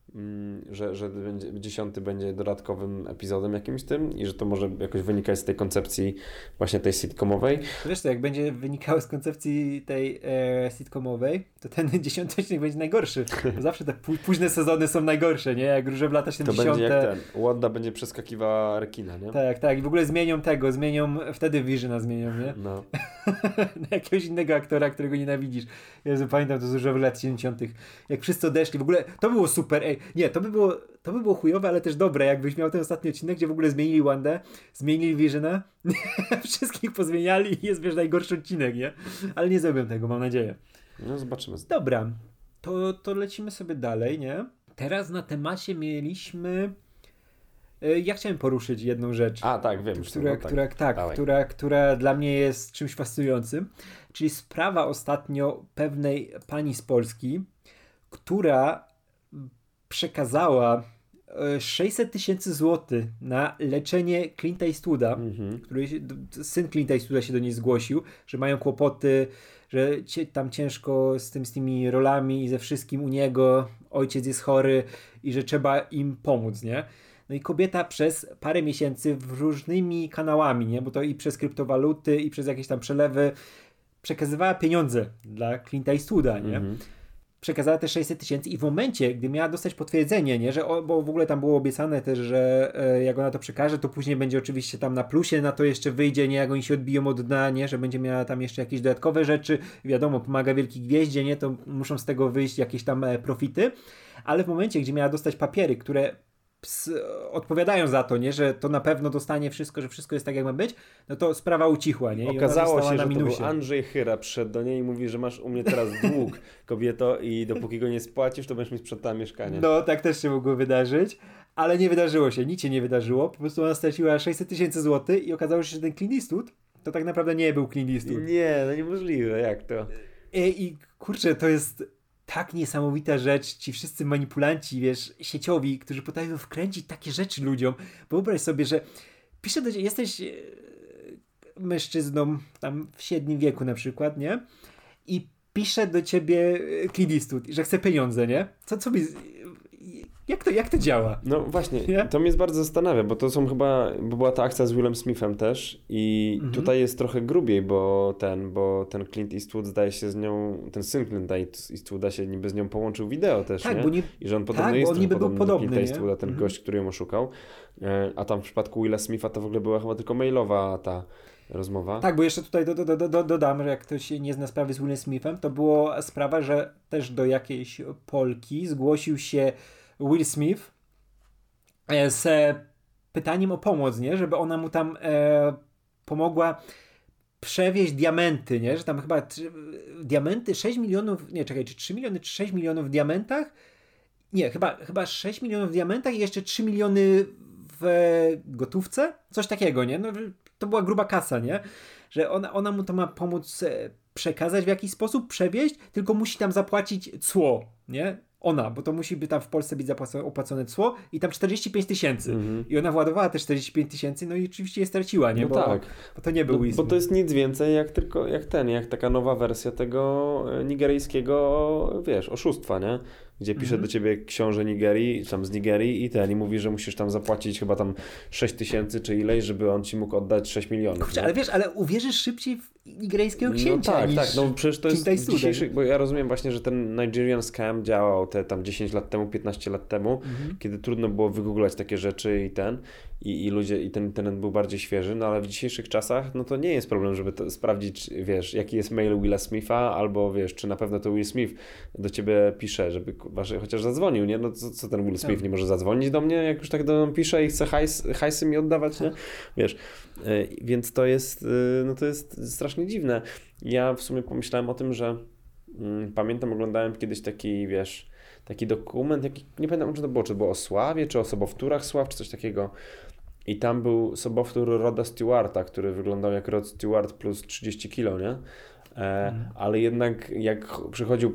Że 10 będzie dodatkowym epizodem jakimś tym i że to może jakoś wynikać z tej koncepcji właśnie tej sitcomowej. Wiesz co, jak będzie wynikało z koncepcji tej sitcomowej, to ten 10 odcinek będzie najgorszy. Bo zawsze te późne sezony są najgorsze, nie? Jak Róże w lata 70. To będzie jak Wanda będzie przeskakiwała rekina, nie? Tak. I w ogóle zmienią wtedy Visiona zmienią, nie? No. Na jakiegoś innego aktora, którego nienawidzisz. Jezu, pamiętam to z Różowych lat 70. Jak wszyscy odeszli. W ogóle to było super. Nie, to by było chujowe, ale też dobre, jakbyś miał ten ostatni odcinek, gdzie w ogóle zmienili Wandę, zmienili Visiona, wszystkich pozmieniali i jest, wiesz, najgorszy odcinek, nie? Ale nie zrobią tego, mam nadzieję. No zobaczymy. Dobra, to lecimy sobie dalej, nie? Teraz na temacie mieliśmy... Ja chciałem poruszyć jedną rzecz. A, tak, wiem. Która dla mnie jest czymś fascynującym, czyli sprawa ostatnio pewnej pani z Polski, która przekazała 600 000 złotych na leczenie Clint'a Eastwooda, syn Clint'a Eastwooda się do niej zgłosił, że mają kłopoty, że tam ciężko z tymi rolami i ze wszystkim u niego, ojciec jest chory i że trzeba im pomóc, nie? No i kobieta przez parę miesięcy różnymi kanałami, nie? Bo to i przez kryptowaluty, i przez jakieś tam przelewy przekazywała pieniądze dla Clint'a Eastwooda, nie? Przekazała te 600 000 i w momencie, gdy miała dostać potwierdzenie, nie, że bo w ogóle tam było obiecane też, że jak ona to przekaże, to później będzie oczywiście tam na plusie, na to jeszcze wyjdzie, nie, jak oni się odbiją od dna, nie, że będzie miała tam jeszcze jakieś dodatkowe rzeczy, wiadomo, pomaga Wielkiej Gwieździe, nie, to muszą z tego wyjść jakieś tam profity, ale w momencie, gdzie miała dostać papiery, które odpowiadają za to, nie, że to na pewno dostanie wszystko, że wszystko jest tak, jak ma być, no to sprawa ucichła, nie? I okazało się, że to był Andrzej Chyra, przyszedł do niej i mówi, że masz u mnie teraz dług, kobieto, i dopóki go nie spłacisz, to będziesz mi sprzedała mieszkanie. No, tak też się mogło wydarzyć, ale nie wydarzyło się, nic się nie wydarzyło, po prostu ona straciła 600 000 złotych i okazało się, że ten Clint Eastwood to tak naprawdę nie był Clint Eastwood. Nie, no niemożliwe, jak to? I kurczę, to jest tak niesamowita rzecz, ci wszyscy manipulanci, wiesz, sieciowi, którzy potrafią wkręcić takie rzeczy ludziom. Wyobraź sobie, że pisze do ciebie, jesteś mężczyzną tam w średnim wieku na przykład, nie? I pisze do ciebie Clint Eastwood, że chce pieniądze, nie? Co by... Jak to działa? No właśnie, nie? To mnie jest bardzo zastanawia, bo to są chyba, bo była ta akcja z Willem Smithem też i tutaj jest trochę grubiej, bo ten Clint Eastwood zdaje się z nią, ten syn Clint Eastwooda się niby z nią połączył wideo też, tak, nie? I że on podobno jest trochę podobny do Clint Eastwooda, ten gość, który ją oszukał, a tam w przypadku Willa Smitha to w ogóle była chyba tylko mailowa ta rozmowa. Tak, bo jeszcze tutaj dodam, że jak ktoś nie zna sprawy z Willem Smithem, to była sprawa, że też do jakiejś Polki zgłosił się Will Smith z pytaniem o pomoc, nie? Żeby ona mu tam pomogła przewieźć diamenty, nie? Że tam chyba diamenty 6 milionów, nie, czekaj, czy 3 miliony, czy 6 milionów w diamentach? Nie, chyba 6 milionów w diamentach i jeszcze 3 miliony w gotówce? Coś takiego, nie? No, to była gruba kasa, nie? Że ona mu to ma pomóc przekazać w jakiś sposób, przewieźć, tylko musi tam zapłacić cło, nie? Ona, bo to musi by tam w Polsce być opłacone cło i tam 45 000. I ona władowała te 45 000, no i oczywiście je straciła, nie? No bo, tak. Bo to nie był Will Smith. Bo to jest nic więcej jak taka nowa wersja tego nigeryjskiego, wiesz, oszustwa, nie? Gdzie pisze do ciebie książę Nigerii, tam z Nigerii i mówi, że musisz tam zapłacić chyba tam 6 000 czy ileś, żeby on ci mógł oddać 6 milionów. Kurczę, ale wiesz, ale uwierzysz szybciej w nigeryjskiego księcia no tak, niż tak, no przecież to jest dzisiejszy, bo ja rozumiem właśnie, że ten Nigerian Scam działał te tam 10 lat temu, 15 lat temu, kiedy trudno było wygooglać takie rzeczy i ludzie, i ten internet był bardziej świeży, no ale w dzisiejszych czasach, no to nie jest problem, żeby to sprawdzić, wiesz, jaki jest mail Willa Smitha, albo wiesz, czy na pewno to Will Smith do ciebie pisze, żeby chociaż zadzwonił, nie? No co ten Will Smith nie może zadzwonić do mnie, jak już tak do mnie pisze i chce hajsy mi oddawać, nie? Wiesz, więc to jest strasznie dziwne. Ja w sumie pomyślałem o tym, że pamiętam, oglądałem kiedyś taki dokument, nie pamiętam, czy to było, o sławie, czy o sobowtórach sław, czy coś takiego. I tam był sobowtór Roda Stewarta, który wyglądał jak Rod Stewart plus 30 kilo, nie? Ale jednak jak przychodził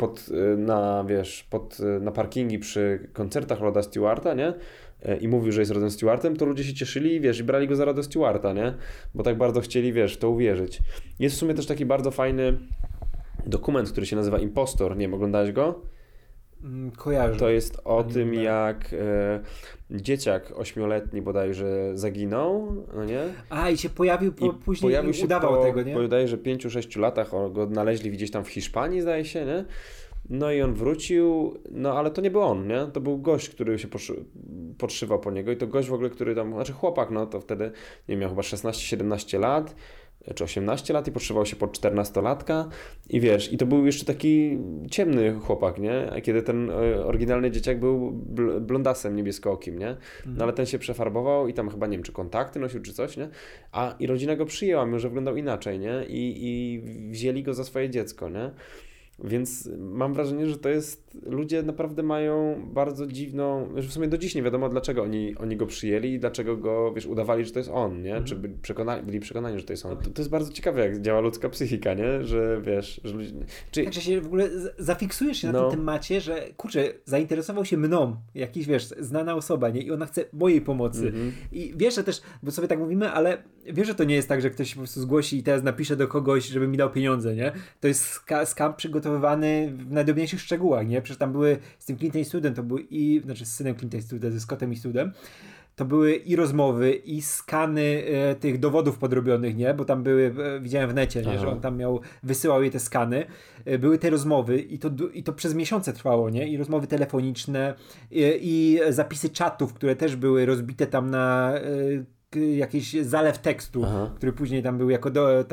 na parkingi przy koncertach Roda Stewarta, nie? I mówił, że jest Rodem Stewartem, to ludzie się cieszyli, wiesz, i brali go za Roda Stewarta, nie? Bo tak bardzo chcieli, wiesz, w to uwierzyć. Jest w sumie też taki bardzo fajny dokument, który się nazywa Impostor. Nie wiem, oglądałeś go? Kojarzę. To jest o tym, jak dzieciak 8-letni bodajże zaginął, no nie? I się pojawił później i udawał tego, nie? Po bodajże 5-6 latach go odnaleźli gdzieś tam w Hiszpanii, zdaje się, nie? No i on wrócił, no ale to nie był on, nie? To był gość, który się podszywał po niego i to gość w ogóle, który tam, znaczy chłopak, no to wtedy, nie miał chyba 16-17 lat, czy 18 lat i podszywał się pod 14-latka i wiesz, i to był jeszcze taki ciemny chłopak, nie? A kiedy ten oryginalny dzieciak był blondasem niebieskookim, nie? No ale ten się przefarbował i tam chyba, nie wiem, czy kontakty nosił, czy coś, nie? I rodzina go przyjęła, mimo że wyglądał inaczej, nie? I wzięli go za swoje dziecko, nie? Więc mam wrażenie, że to jest, ludzie naprawdę mają bardzo dziwną, że w sumie do dziś nie wiadomo, dlaczego oni go przyjęli i dlaczego go, wiesz, udawali, że to jest on, nie? Czy byli przekonani, że to jest on. To jest bardzo ciekawe, jak działa ludzka psychika, nie? Że wiesz, że ludzie... Także się w ogóle zafiksujesz się na tym temacie, że kurczę, zainteresował się mną, jakiś, wiesz, znana osoba, nie? I ona chce mojej pomocy. I wiesz, że też, bo sobie tak mówimy, ale wiesz, że to nie jest tak, że ktoś się po prostu zgłosi i teraz napisze do kogoś, żeby mi dał pieniądze, nie? To jest scam przygotowywany w najdrobniejszych szczegółach, nie? Przecież tam były z tym Clint Eastwoodem, to były z synem Clint Eastwooda, ze Scottem Eastwoodem, to były i rozmowy, i skany tych dowodów podrobionych, nie? Bo tam były, widziałem w necie, nie? Że on tam wysyłał jej te skany. Były te rozmowy i to przez miesiące trwało, nie? I rozmowy telefoniczne, i zapisy czatów, które też były rozbite tam na jakiś zalew tekstu, który później tam był jako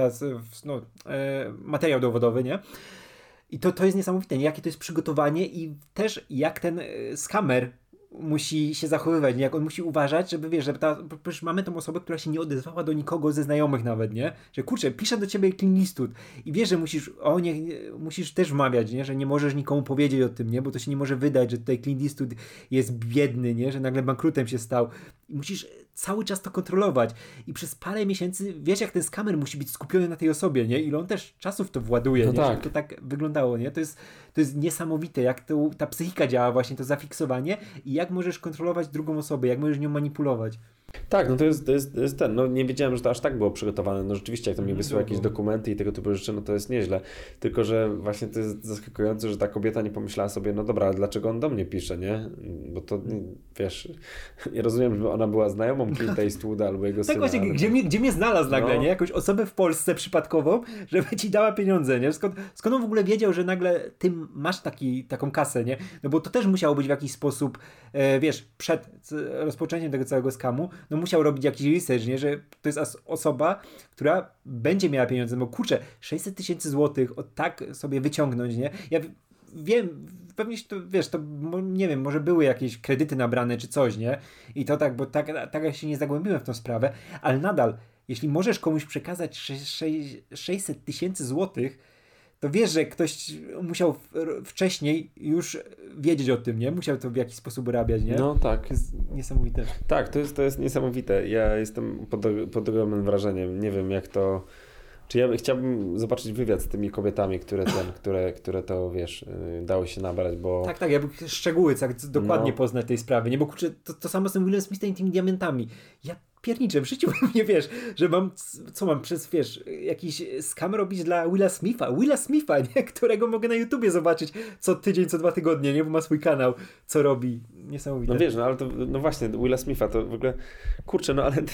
materiał dowodowy, nie? I to jest niesamowite, nie? Jakie to jest przygotowanie i też jak ten skamer musi się zachowywać, nie? Jak on musi uważać, żeby wiesz, przecież mamy tą osobę, która się nie odezwała do nikogo ze znajomych nawet, nie? Że kurczę, pisze do ciebie Clint Eastwood i wiesz, że musisz też wmawiać, nie? Że nie możesz nikomu powiedzieć o tym, nie? Bo to się nie może wydać, że tutaj Clint Eastwood jest biedny, nie? Że nagle bankrutem się stał. I musisz cały czas to kontrolować. I przez parę miesięcy wiesz, jak ten skamer musi być skupiony na tej osobie, nie? Ile on też czasu w to właduje, nie? Tak. Żeby to tak wyglądało, nie? To jest niesamowite, jak ta psychika działa, właśnie to zafiksowanie i jak możesz kontrolować drugą osobę, jak możesz nią manipulować. Tak, no to jest ten, no nie wiedziałem, że to aż tak było przygotowane, no rzeczywiście jak to mi wysyła jakieś dokumenty i tego typu rzeczy, no to jest nieźle, tylko że właśnie to jest zaskakujące, że ta kobieta nie pomyślała sobie, no dobra, ale dlaczego on do mnie pisze, nie? Bo to, wiesz, ja rozumiem, że ona była znajomą Clint Eastwooda albo jego syna. Tak właśnie, gdzie mnie znalazł nagle, nie? Jakąś osobę w Polsce przypadkową, żeby ci dała pieniądze, nie? Skąd on w ogóle wiedział, że nagle ty masz taką kasę, nie? No bo to też musiało być w jakiś sposób, wiesz, przed rozpoczęciem tego całego skamu, no musiał robić jakiś research, nie? Że to jest osoba, która będzie miała pieniądze, bo kurczę, 600 000 złotych od tak sobie wyciągnąć, nie? Ja wiem, pewnie to, wiesz, to nie wiem, może były jakieś kredyty nabrane czy coś, nie? I to tak, bo tak ja się nie zagłębiłem w tą sprawę, ale nadal, jeśli możesz komuś przekazać 600 000 złotych, to wiesz, że ktoś musiał wcześniej już wiedzieć o tym, nie? Musiał to w jakiś sposób urabiać, nie? No tak. To jest niesamowite. Tak, to jest niesamowite. Ja jestem pod ogromnym wrażeniem. Nie wiem, jak to... Czy ja chciałbym zobaczyć wywiad z tymi kobietami, które to, wiesz, dało się nabrać, bo... Tak, ja bym szczegóły dokładnie poznać tej sprawy, nie? Bo kurczę, to samo z tym Willem Smithem i tymi diamentami. Ja pierniczę, w życiu nie wiesz, że mam wiesz, jakiś skam robić dla Willa Smitha, nie? Którego mogę na YouTubie zobaczyć co tydzień, co 2 tygodnie, nie? Bo ma swój kanał, co robi. Niesamowite. No wiesz, no ale to, no właśnie, Willa Smitha to w ogóle, kurczę, no ale to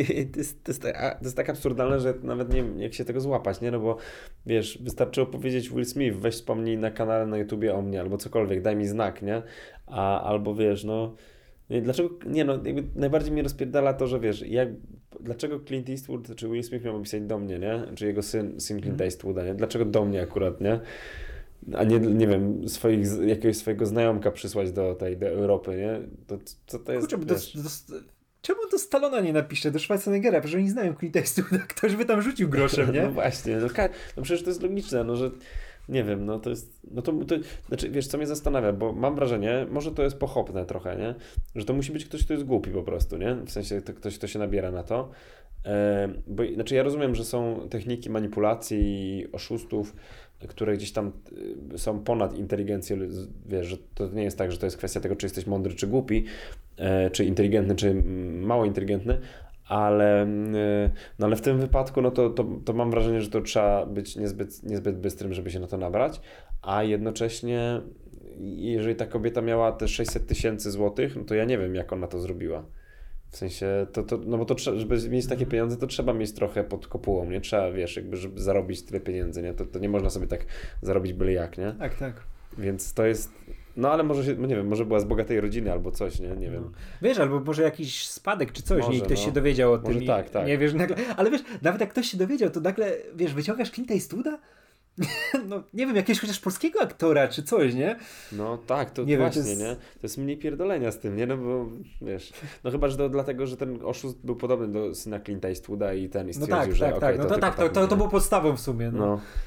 jest tak absurdalne, że nawet nie wiem, jak się tego złapać, nie? No bo wiesz, wystarczyło powiedzieć Will Smith, weź wspomnij na kanale na YouTubie o mnie, albo cokolwiek, daj mi znak, nie? Albo wiesz, no... Dlaczego, nie no, jakby najbardziej mnie rozpierdala to, że wiesz, dlaczego Clint Eastwood czy Will Smith miał pisać do mnie, nie? Czy jego syn Clint Eastwooda, nie? Dlaczego do mnie akurat, nie? A nie wiem, jakiegoś swojego znajomka przysłać do Europy, nie? Co to jest, kurczę, czemu do Stallona nie napisze, do Schwarzeneggera? Przecież oni znają Clint Eastwooda, ktoś by tam rzucił groszem, nie? No właśnie, no przecież to jest logiczne, no że nie wiem, no to jest, no to znaczy wiesz, co mnie zastanawia, bo mam wrażenie, może to jest pochopne trochę, nie? Że to musi być ktoś, kto jest głupi po prostu, nie? W sensie ktoś, kto się nabiera na to. Bo znaczy ja rozumiem, że są techniki manipulacji i oszustów, które gdzieś tam są ponad inteligencję, wiesz, że to nie jest tak, że to jest kwestia tego, czy jesteś mądry, czy głupi, czy inteligentny, czy mało inteligentny, ale w tym wypadku no to mam wrażenie, że to trzeba być niezbyt bystrym, żeby się na to nabrać, a jednocześnie jeżeli ta kobieta miała te 600 000 złotych, no to ja nie wiem, jak ona to zrobiła. W sensie, no bo to żeby mieć takie pieniądze, to trzeba mieć trochę pod kopułą, nie? Trzeba, wiesz, jakby, żeby zarobić tyle pieniędzy, nie? To nie można sobie tak zarobić byle jak, nie? Tak. Więc to jest... No ale może nie wiem, może była z bogatej rodziny albo coś, nie wiem. Wiesz, albo może jakiś spadek czy coś, może, nie? I ktoś się dowiedział o tym. Tak. Nie wiesz, nagle, ale wiesz, nawet jak ktoś się dowiedział, to nagle, wiesz, wyciągasz Clint Eastwooda? No, nie wiem, jakiegoś chociaż polskiego aktora czy coś, nie? No tak, to nie właśnie, wiem, nie? To jest mniej pierdolenia z tym, nie? No bo, wiesz, no chyba, że to dlatego, że ten oszust był podobny do syna Clint Eastwooda i stwierdził, że okej, to było podstawą w sumie, no.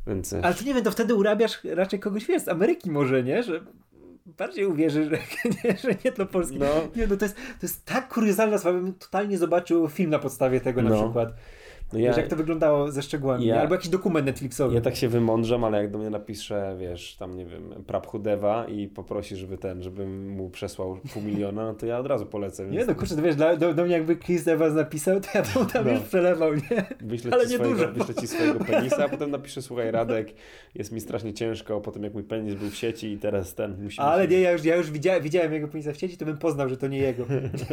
Więc... Ale to nie wiem, to wtedy urabiasz raczej kogoś, wiesz, z Ameryki może, nie? Że bardziej uwierzy, że nie to polskie. No. Nie, no to jest tak kuriozalna sprawa, bym totalnie zobaczył film na podstawie tego na przykład. No wiesz, jak to wyglądało ze szczegółami, albo jakiś dokument Netflixowy. Ja tak się wymądrzam, ale jak do mnie napisze, wiesz, tam nie wiem, Prabhudewa i poprosi, żebym mu przesłał $500,000, no to ja od razu polecę. Nie, no kurczę, to wiesz, do mnie jakby Chris Evans napisał, to ja bym tam już przelewał, nie? Wyślę ci swojego penisa, a potem napiszę, słuchaj Radek, jest mi strasznie ciężko, po tym jak mój penis był w sieci i teraz musimy... Ale nie, ja już widziałem jego penisa w sieci, to bym poznał, że to nie jego.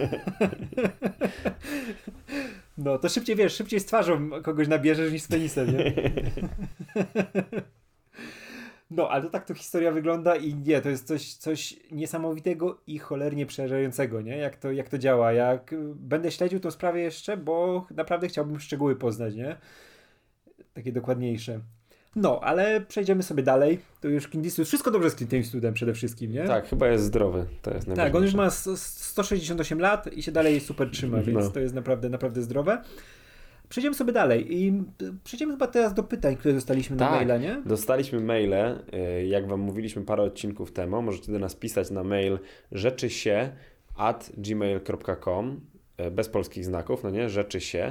No, to szybciej z twarzą kogoś nabierzesz niż z penisem, nie? No, ale to tak to historia wygląda i nie, to jest coś niesamowitego i cholernie przerażającego, nie? Jak to działa. Będę śledził tą sprawę jeszcze, bo naprawdę chciałbym szczegóły poznać, nie? Takie dokładniejsze. No, ale przejdziemy sobie dalej. To już Clint Eastwood, wszystko dobrze z Clint Eastwoodem przede wszystkim, nie? Tak, chyba jest zdrowy. To jest tak, on już ma 168 lat i się dalej super trzyma, więc to jest naprawdę zdrowe. Przejdziemy sobie dalej i przejdziemy chyba teraz do pytań, które dostaliśmy na maila, nie? Dostaliśmy maile, jak wam mówiliśmy parę odcinków temu, możecie do nas pisać na mail rzeczysie@gmail.com bez polskich znaków, no nie, rzeczysie,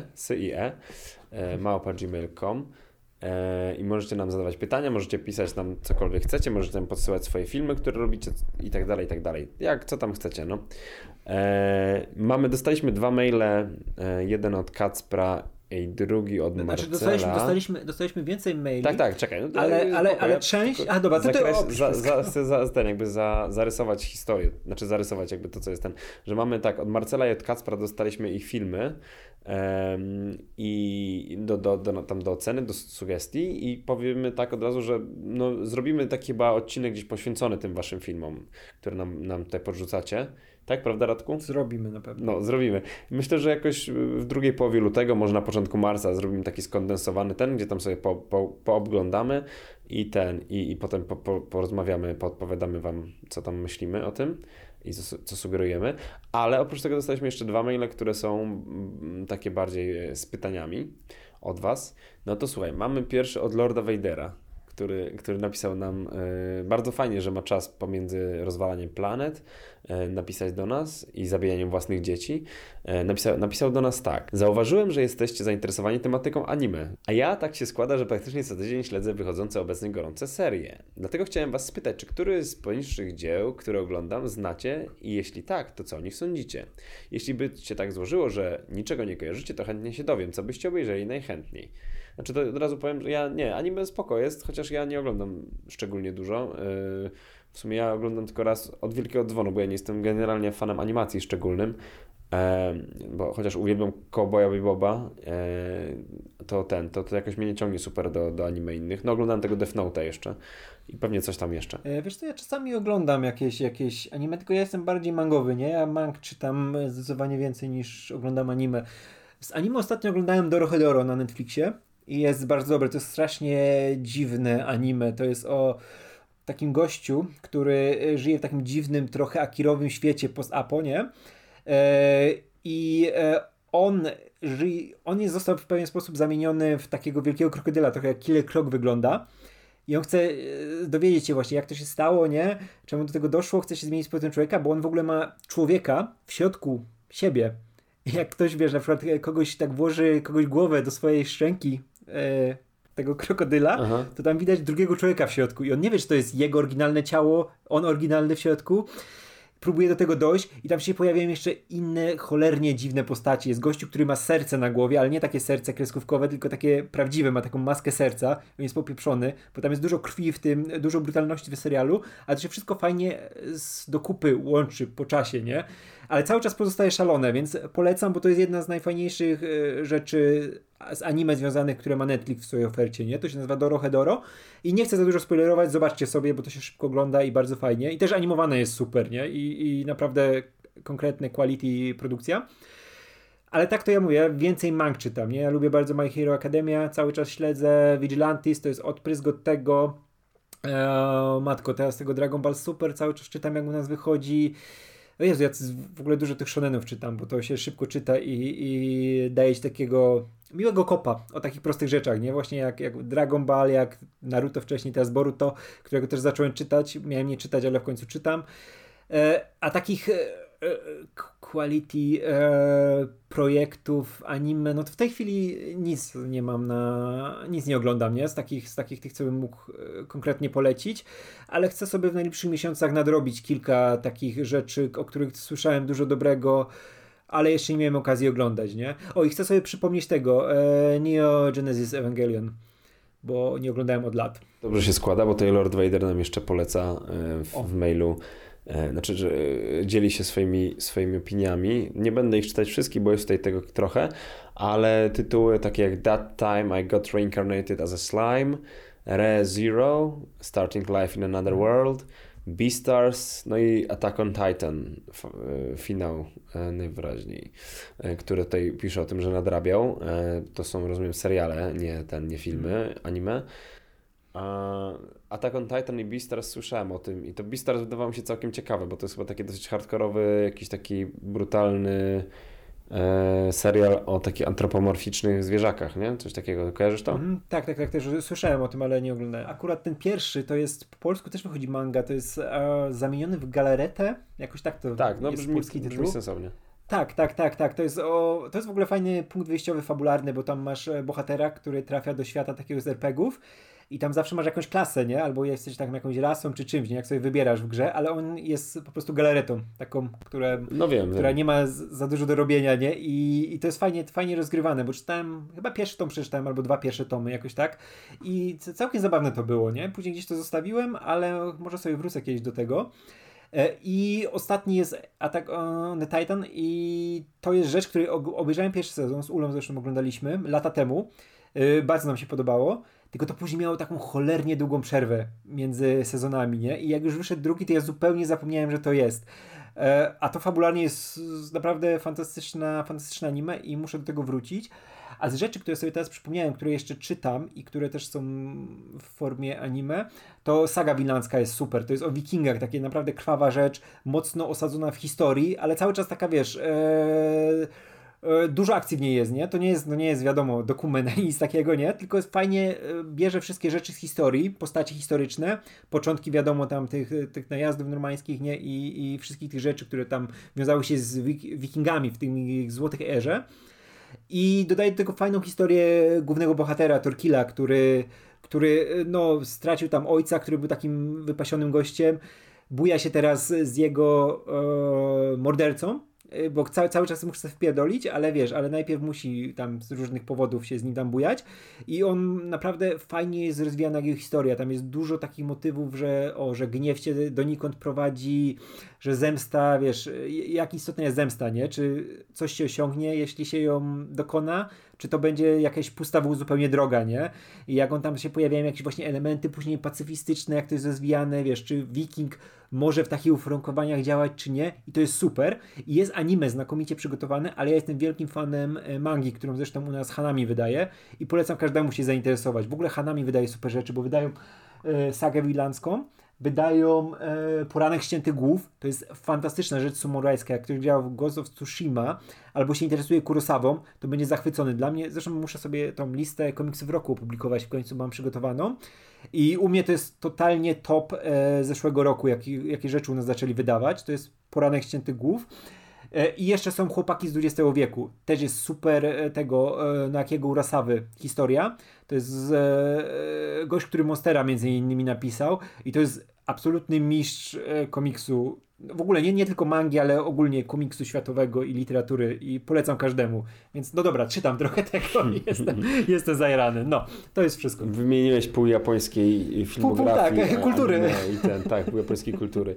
@gmail.com i możecie nam zadawać pytania, możecie pisać nam cokolwiek chcecie, możecie nam podsyłać swoje filmy, które robicie i tak dalej, co tam chcecie, no. Dostaliśmy 2 maile, jeden od Kacpra i drugi od Marcela. Dostaliśmy więcej maili. Tak, czekaj. No ale część... A dobra, to jakby zarysować historię, znaczy zarysować jakby to, co jest że mamy tak, od Marcela i od Kacpra dostaliśmy ich filmy i do oceny, do sugestii i powiemy tak od razu, że zrobimy taki chyba odcinek gdzieś poświęcony tym waszym filmom, które nam tutaj podrzucacie. Tak, prawda Radku? Zrobimy na pewno. No, zrobimy. Myślę, że jakoś w drugiej połowie lutego, może na początku marca zrobimy taki skondensowany gdzie tam sobie pooglądamy i potem porozmawiamy, podpowiadamy wam, co tam myślimy o tym i co sugerujemy. Ale oprócz tego dostaliśmy jeszcze 2 maile, które są takie bardziej z pytaniami od was. No to słuchaj, mamy pierwszy od Lorda Vadera, który napisał nam bardzo fajnie, że ma czas pomiędzy rozwalaniem planet, napisać do nas i zabijaniem własnych dzieci. Napisał do nas tak. Zauważyłem, że jesteście zainteresowani tematyką anime, a ja tak się składa, że praktycznie co tydzień śledzę wychodzące obecnie gorące serie. Dlatego chciałem was spytać, czy któryś z poniższych dzieł, które oglądam, znacie i jeśli tak, to co o nich sądzicie? Jeśli by się tak złożyło, że niczego nie kojarzycie, to chętnie się dowiem, co byście obejrzeli najchętniej. Znaczy to od razu powiem, że anime spoko jest, chociaż ja nie oglądam szczególnie dużo. W sumie ja oglądam tylko raz Od Wielkiego Dzwonu, bo ja nie jestem generalnie fanem animacji szczególnym, bo chociaż uwielbiam Cowboya Beboba, to jakoś mnie nie ciągnie super do anime innych. No oglądam tego Death Note'a jeszcze i pewnie coś tam jeszcze. Wiesz co, ja czasami oglądam jakieś anime, tylko ja jestem bardziej mangowy, nie? Ja mang czytam zdecydowanie więcej niż oglądam anime. Z anime ostatnio oglądałem Dorohedoro na Netflixie i jest bardzo dobre. To jest strasznie dziwne anime. To jest o takim gościu, który żyje w takim dziwnym, trochę akirowym świecie post-apo, nie? On został w pewien sposób zamieniony w takiego wielkiego krokodyla, trochę jak Killer Croc wygląda. I on chce dowiedzieć się właśnie, jak to się stało, nie? Czemu do tego doszło? Chce się zmienić z powrotem człowieka, bo on w ogóle ma człowieka w środku siebie. I jak ktoś, wiesz, na przykład kogoś tak włoży głowę do swojej szczęki tego krokodyla, to tam widać drugiego człowieka w środku. I on nie wie, czy to jest jego oryginalne ciało, on oryginalny w środku. Próbuje do tego dojść i tam się pojawiają jeszcze inne cholernie dziwne postacie. Jest gościu, który ma serce na głowie, ale nie takie serce kreskówkowe, tylko takie prawdziwe, ma taką maskę serca. On jest popieprzony, bo tam jest dużo krwi w tym, dużo brutalności w serialu, ale to się wszystko fajnie do kupy łączy po czasie, nie? Ale cały czas pozostaje szalone, więc polecam, bo to jest jedna z najfajniejszych rzeczy z anime związanych, które ma Netflix w swojej ofercie, nie? To się nazywa Dorohedoro i nie chcę za dużo spoilerować, zobaczcie sobie, bo to się szybko ogląda i bardzo fajnie. I też animowane jest super, nie? I naprawdę konkretne quality produkcja. Ale tak to ja mówię, więcej mang czytam, nie? Ja lubię bardzo My Hero Academia, cały czas śledzę Vigilantis, to jest odprysk od tego. Matko, teraz tego Dragon Ball Super cały czas czytam, jak u nas wychodzi. O Jezu, ja w ogóle dużo tych shonenów czytam, bo to się szybko czyta i daje ci takiego miłego kopa o takich prostych rzeczach, nie? Właśnie jak Dragon Ball, jak Naruto wcześniej, teraz Boruto, którego też zacząłem czytać. Miałem nie czytać, ale w końcu czytam. A takich quality projektów anime, no to w tej chwili nic nie mam nic nie oglądam, nie? Z takich tych, co bym mógł konkretnie polecić, ale chcę sobie w najbliższych miesiącach nadrobić kilka takich rzeczy, o których słyszałem dużo dobrego, ale jeszcze nie miałem okazji oglądać, nie? I chcę sobie przypomnieć tego Neo Genesis Evangelion, bo nie oglądałem od lat. Dobrze się składa, bo tutaj Lord Vader nam jeszcze poleca w mailu. Znaczy, że dzieli się swoimi opiniami. Nie będę ich czytać wszystkich, bo jest tutaj tego trochę, ale tytuły takie jak That Time I Got Reincarnated as a Slime, Re-Zero, Starting Life in Another World, Beastars, no i Attack on Titan, finał najwyraźniej, który tutaj pisze o tym, że nadrabiał. To są, rozumiem, seriale, nie filmy, anime. Attack on Titan i Beastars słyszałem o tym i to Beastars wydawało mi się całkiem ciekawe, bo to jest chyba taki dosyć hardkorowy, jakiś taki brutalny serial o takich antropomorficznych zwierzakach, nie? Coś takiego, kojarzysz to? Tak, też słyszałem o tym, ale nie oglądałem. Akurat ten pierwszy to jest, po polsku też wychodzi manga, to jest zamieniony w galaretę, jakoś tak to jest polski tytuł. Brzmi sensownie. Tak. To jest w ogóle fajny punkt wyjściowy fabularny, bo tam masz bohatera, który trafia do świata takiego z RPGów i tam zawsze masz jakąś klasę, nie? Albo jesteś tam jakąś rasą czy czymś, nie? Jak sobie wybierasz w grze, ale on jest po prostu galaretą, taką, która nie ma za dużo do robienia, nie? I to jest fajnie rozgrywane, bo czytałem, chyba pierwszy tom przeczytałem, albo 2 pierwsze tomy, jakoś tak. I całkiem zabawne to było, nie? Później gdzieś to zostawiłem, ale może sobie wrócę kiedyś do tego. I ostatni jest Attack on the Titan i to jest rzecz, której obejrzałem pierwszy sezon, z Ulą zresztą oglądaliśmy lata temu. Bardzo nam się podobało, tylko to później miało taką cholernie długą przerwę między sezonami, nie? I jak już wyszedł drugi, to ja zupełnie zapomniałem, że to jest. A to fabularnie jest naprawdę fantastyczna anime i muszę do tego wrócić. A z rzeczy, które sobie teraz przypomniałem, które jeszcze czytam i które też są w formie anime, to saga wilandzka jest super. To jest o wikingach, takie naprawdę krwawa rzecz, mocno osadzona w historii, ale cały czas taka, wiesz, dużo akcji w niej jest, nie? To nie jest wiadomo, dokument nic takiego, nie? Tylko jest fajnie, bierze wszystkie rzeczy z historii, postacie historyczne, początki wiadomo tam tych najazdów normańskich, nie? I wszystkich tych rzeczy, które tam wiązały się z wikingami w tym ich złotych erze. I dodaje do tego fajną historię głównego bohatera, Torkila, który no, stracił tam ojca, który był takim wypasionym gościem. Buja się teraz z jego mordercą, bo cały czas muszę sobie wpierdolić, ale najpierw musi tam z różnych powodów się z nim tam bujać i on naprawdę fajnie jest rozwijana jego historia. Tam jest dużo takich motywów, że gniew cię donikąd prowadzi, że zemsta, wiesz, jak istotna jest zemsta, nie? Czy coś się osiągnie, jeśli się ją dokona, czy to będzie jakaś pusta zupełnie droga, nie? I jak on tam się pojawiają jakieś właśnie elementy później pacyfistyczne, jak to jest rozwijane, wiesz, czy wiking może w takich uwarunkowaniach działać, czy nie. I to jest super. I jest anime znakomicie przygotowane, ale ja jestem wielkim fanem mangi, którą zresztą u nas Hanami wydaje i polecam każdemu się zainteresować. W ogóle Hanami wydaje super rzeczy, bo wydają sagę wilandzką, wydają Poranek Ściętych Głów. To jest fantastyczna rzecz samurajska. Jak ktoś grał w Ghost of Tsushima albo się interesuje Kurosawą, to będzie zachwycony. Dla mnie, zresztą muszę sobie tą listę komiksów roku opublikować, w końcu mam przygotowaną. I u mnie to jest totalnie top zeszłego roku, jakie rzeczy u nas zaczęli wydawać. To jest Poranek Ściętych Głów. I jeszcze są Chłopaki z XX wieku. Też jest super tego Nakiego Urasawy historia. To jest gość, który Monstera między innymi napisał. I to jest absolutny mistrz komiksu. W ogóle nie tylko mangi, ale ogólnie komiksu światowego i literatury. I polecam każdemu. Więc no dobra, czytam trochę tego i jestem zajarany. No, to jest wszystko. Wymieniłeś pół japońskiej filmografii. Tak, kultury. Pół japońskiej kultury.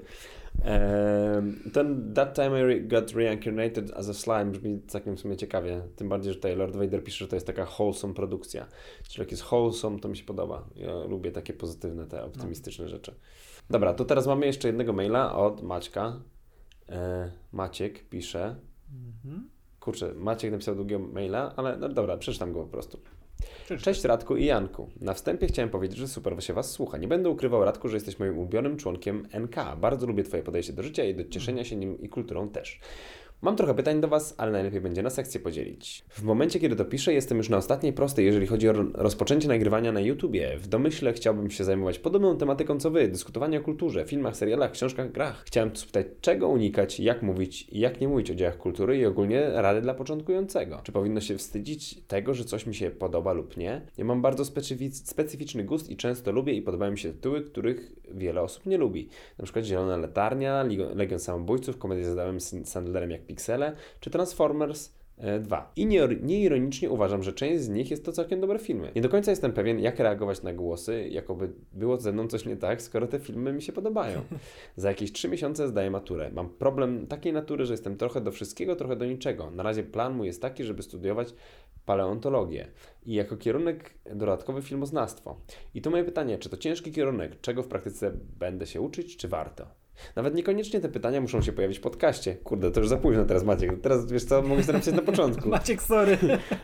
Ten That Time I Got Reincarnated as a Slime brzmi całkiem w sumie ciekawie, tym bardziej, że tutaj Lord Vader pisze, że to jest taka wholesome produkcja, czyli jak jest wholesome, to mi się podoba, ja lubię takie pozytywne, te optymistyczne rzeczy. Dobra, to teraz mamy jeszcze jednego maila od Maćka. Maciek pisze, kurczę, Maciek napisał długiego maila, ale no dobra, przeczytam go po prostu. Cześć Radku i Janku. Na wstępie chciałem powiedzieć, że super się Was słucha. Nie będę ukrywał, Radku, że jesteś moim ulubionym członkiem NK. Bardzo lubię Twoje podejście do życia i do cieszenia się nim i kulturą też. Mam trochę pytań do Was, ale najlepiej będzie na sekcję podzielić. W momencie, kiedy to piszę, jestem już na ostatniej prostej, jeżeli chodzi o rozpoczęcie nagrywania na YouTubie. W domyśle chciałbym się zajmować podobną tematyką co Wy, dyskutowanie o kulturze, filmach, serialach, książkach, grach. Chciałem tu spytać, czego unikać, jak mówić i jak nie mówić o dziełach kultury i ogólnie rady dla początkującego. Czy powinno się wstydzić tego, że coś mi się podoba lub nie? Ja mam bardzo specyficzny gust i często lubię i podobają mi się tytuły, których wiele osób nie lubi. Na przykład Zielona Latarnia, Legion Samobójców, komedia z Adamem Sandlerem jak Piksele, czy Transformers 2. I nieironicznie uważam, że część z nich jest to całkiem dobre filmy. Nie do końca jestem pewien, jak reagować na głosy, jakoby było ze mną coś nie tak, skoro te filmy mi się podobają. Za jakieś 3 miesiące zdaję maturę. Mam problem takiej natury, że jestem trochę do wszystkiego, trochę do niczego. Na razie plan mój jest taki, żeby studiować paleontologię i jako kierunek dodatkowy filmoznawstwo. I tu moje pytanie, czy to ciężki kierunek, czego w praktyce będę się uczyć, czy warto? Nawet niekoniecznie te pytania muszą się pojawić w podcaście. Kurde, to już za późno teraz, Maciek. Teraz, wiesz co, mogę sobie napisać na początku. Maciek, sorry.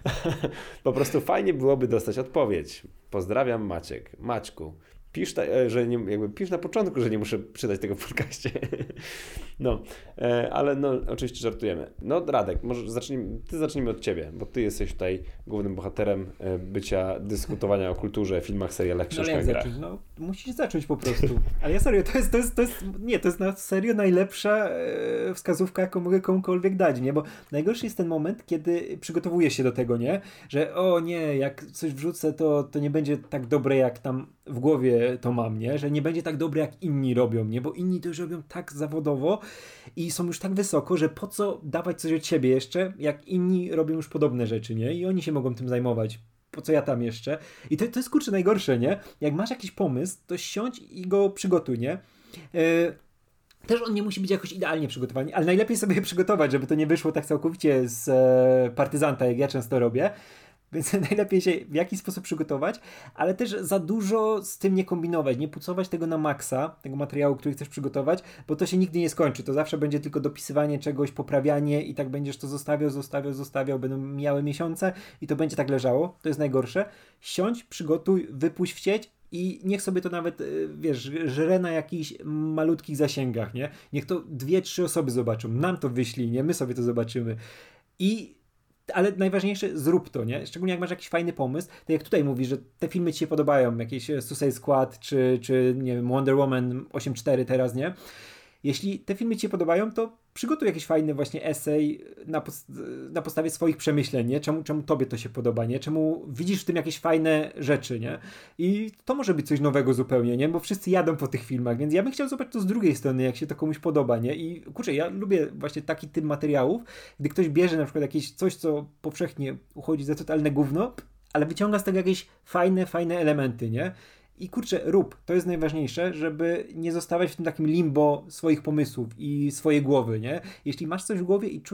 Po prostu fajnie byłoby dostać odpowiedź. Pozdrawiam, Maciek. Maćku. Pisz, że nie, jakby pisz na początku, że nie muszę przydać tego w podcaście. No, ale no, oczywiście żartujemy. No, Radek, może zacznijmy od Ciebie, bo Ty jesteś tutaj głównym bohaterem bycia, dyskutowania o kulturze, filmach, serialach, książkach, grach. No, musisz zacząć po prostu. Ale ja serio, to jest na serio najlepsza wskazówka, jaką mogę komukolwiek dać, nie? Bo najgorszy jest ten moment, kiedy przygotowujesz się do tego, nie? Że o nie, jak coś wrzucę, to nie będzie tak dobre, jak tam w głowie to mam, nie? Że nie będzie tak dobre, jak inni robią, nie? Bo inni to już robią tak zawodowo i są już tak wysoko, że po co dawać coś od siebie jeszcze, jak inni robią już podobne rzeczy, nie? I oni się mogą tym zajmować. Po co ja tam jeszcze? I to jest kurczę najgorsze, nie? Jak masz jakiś pomysł, to siądź i go przygotuj, nie? Też on nie musi być jakoś idealnie przygotowany, ale najlepiej sobie przygotować, żeby to nie wyszło tak całkowicie z partyzanta, jak ja często robię. Więc najlepiej się w jakiś sposób przygotować, ale też za dużo z tym nie kombinować, nie pucować tego na maksa, tego materiału, który chcesz przygotować, bo to się nigdy nie skończy. To zawsze będzie tylko dopisywanie czegoś, poprawianie i tak będziesz to zostawiał, będą mijały miesiące i to będzie tak leżało. To jest najgorsze. Siądź, przygotuj, wypuść w sieć i niech sobie to nawet, wiesz, żre na jakichś malutkich zasięgach, nie? Niech to 2-3 osoby zobaczą. Nam to wyślij, nie? My sobie to zobaczymy. Ale najważniejsze, zrób to, nie? Szczególnie jak masz jakiś fajny pomysł, to jak tutaj mówisz, że te filmy ci się podobają, jakieś Suicide Squad, czy nie wiem, Wonder Woman 8.4 teraz, nie? Jeśli te filmy ci się podobają, to przygotuj jakiś fajny właśnie esej na podstawie swoich przemyśleń, nie? Czemu tobie to się podoba, nie? Czemu widzisz w tym jakieś fajne rzeczy, nie? I to może być coś nowego zupełnie, nie? Bo wszyscy jadą po tych filmach, więc ja bym chciał zobaczyć to z drugiej strony, jak się to komuś podoba, nie? I kurczę, ja lubię właśnie taki typ materiałów, gdy ktoś bierze na przykład jakieś coś, co powszechnie uchodzi za totalne gówno, ale wyciąga z tego jakieś fajne elementy, nie? I kurczę, rób. To jest najważniejsze, żeby nie zostawać w tym takim limbo swoich pomysłów i swojej głowy, nie? Jeśli masz coś w głowie i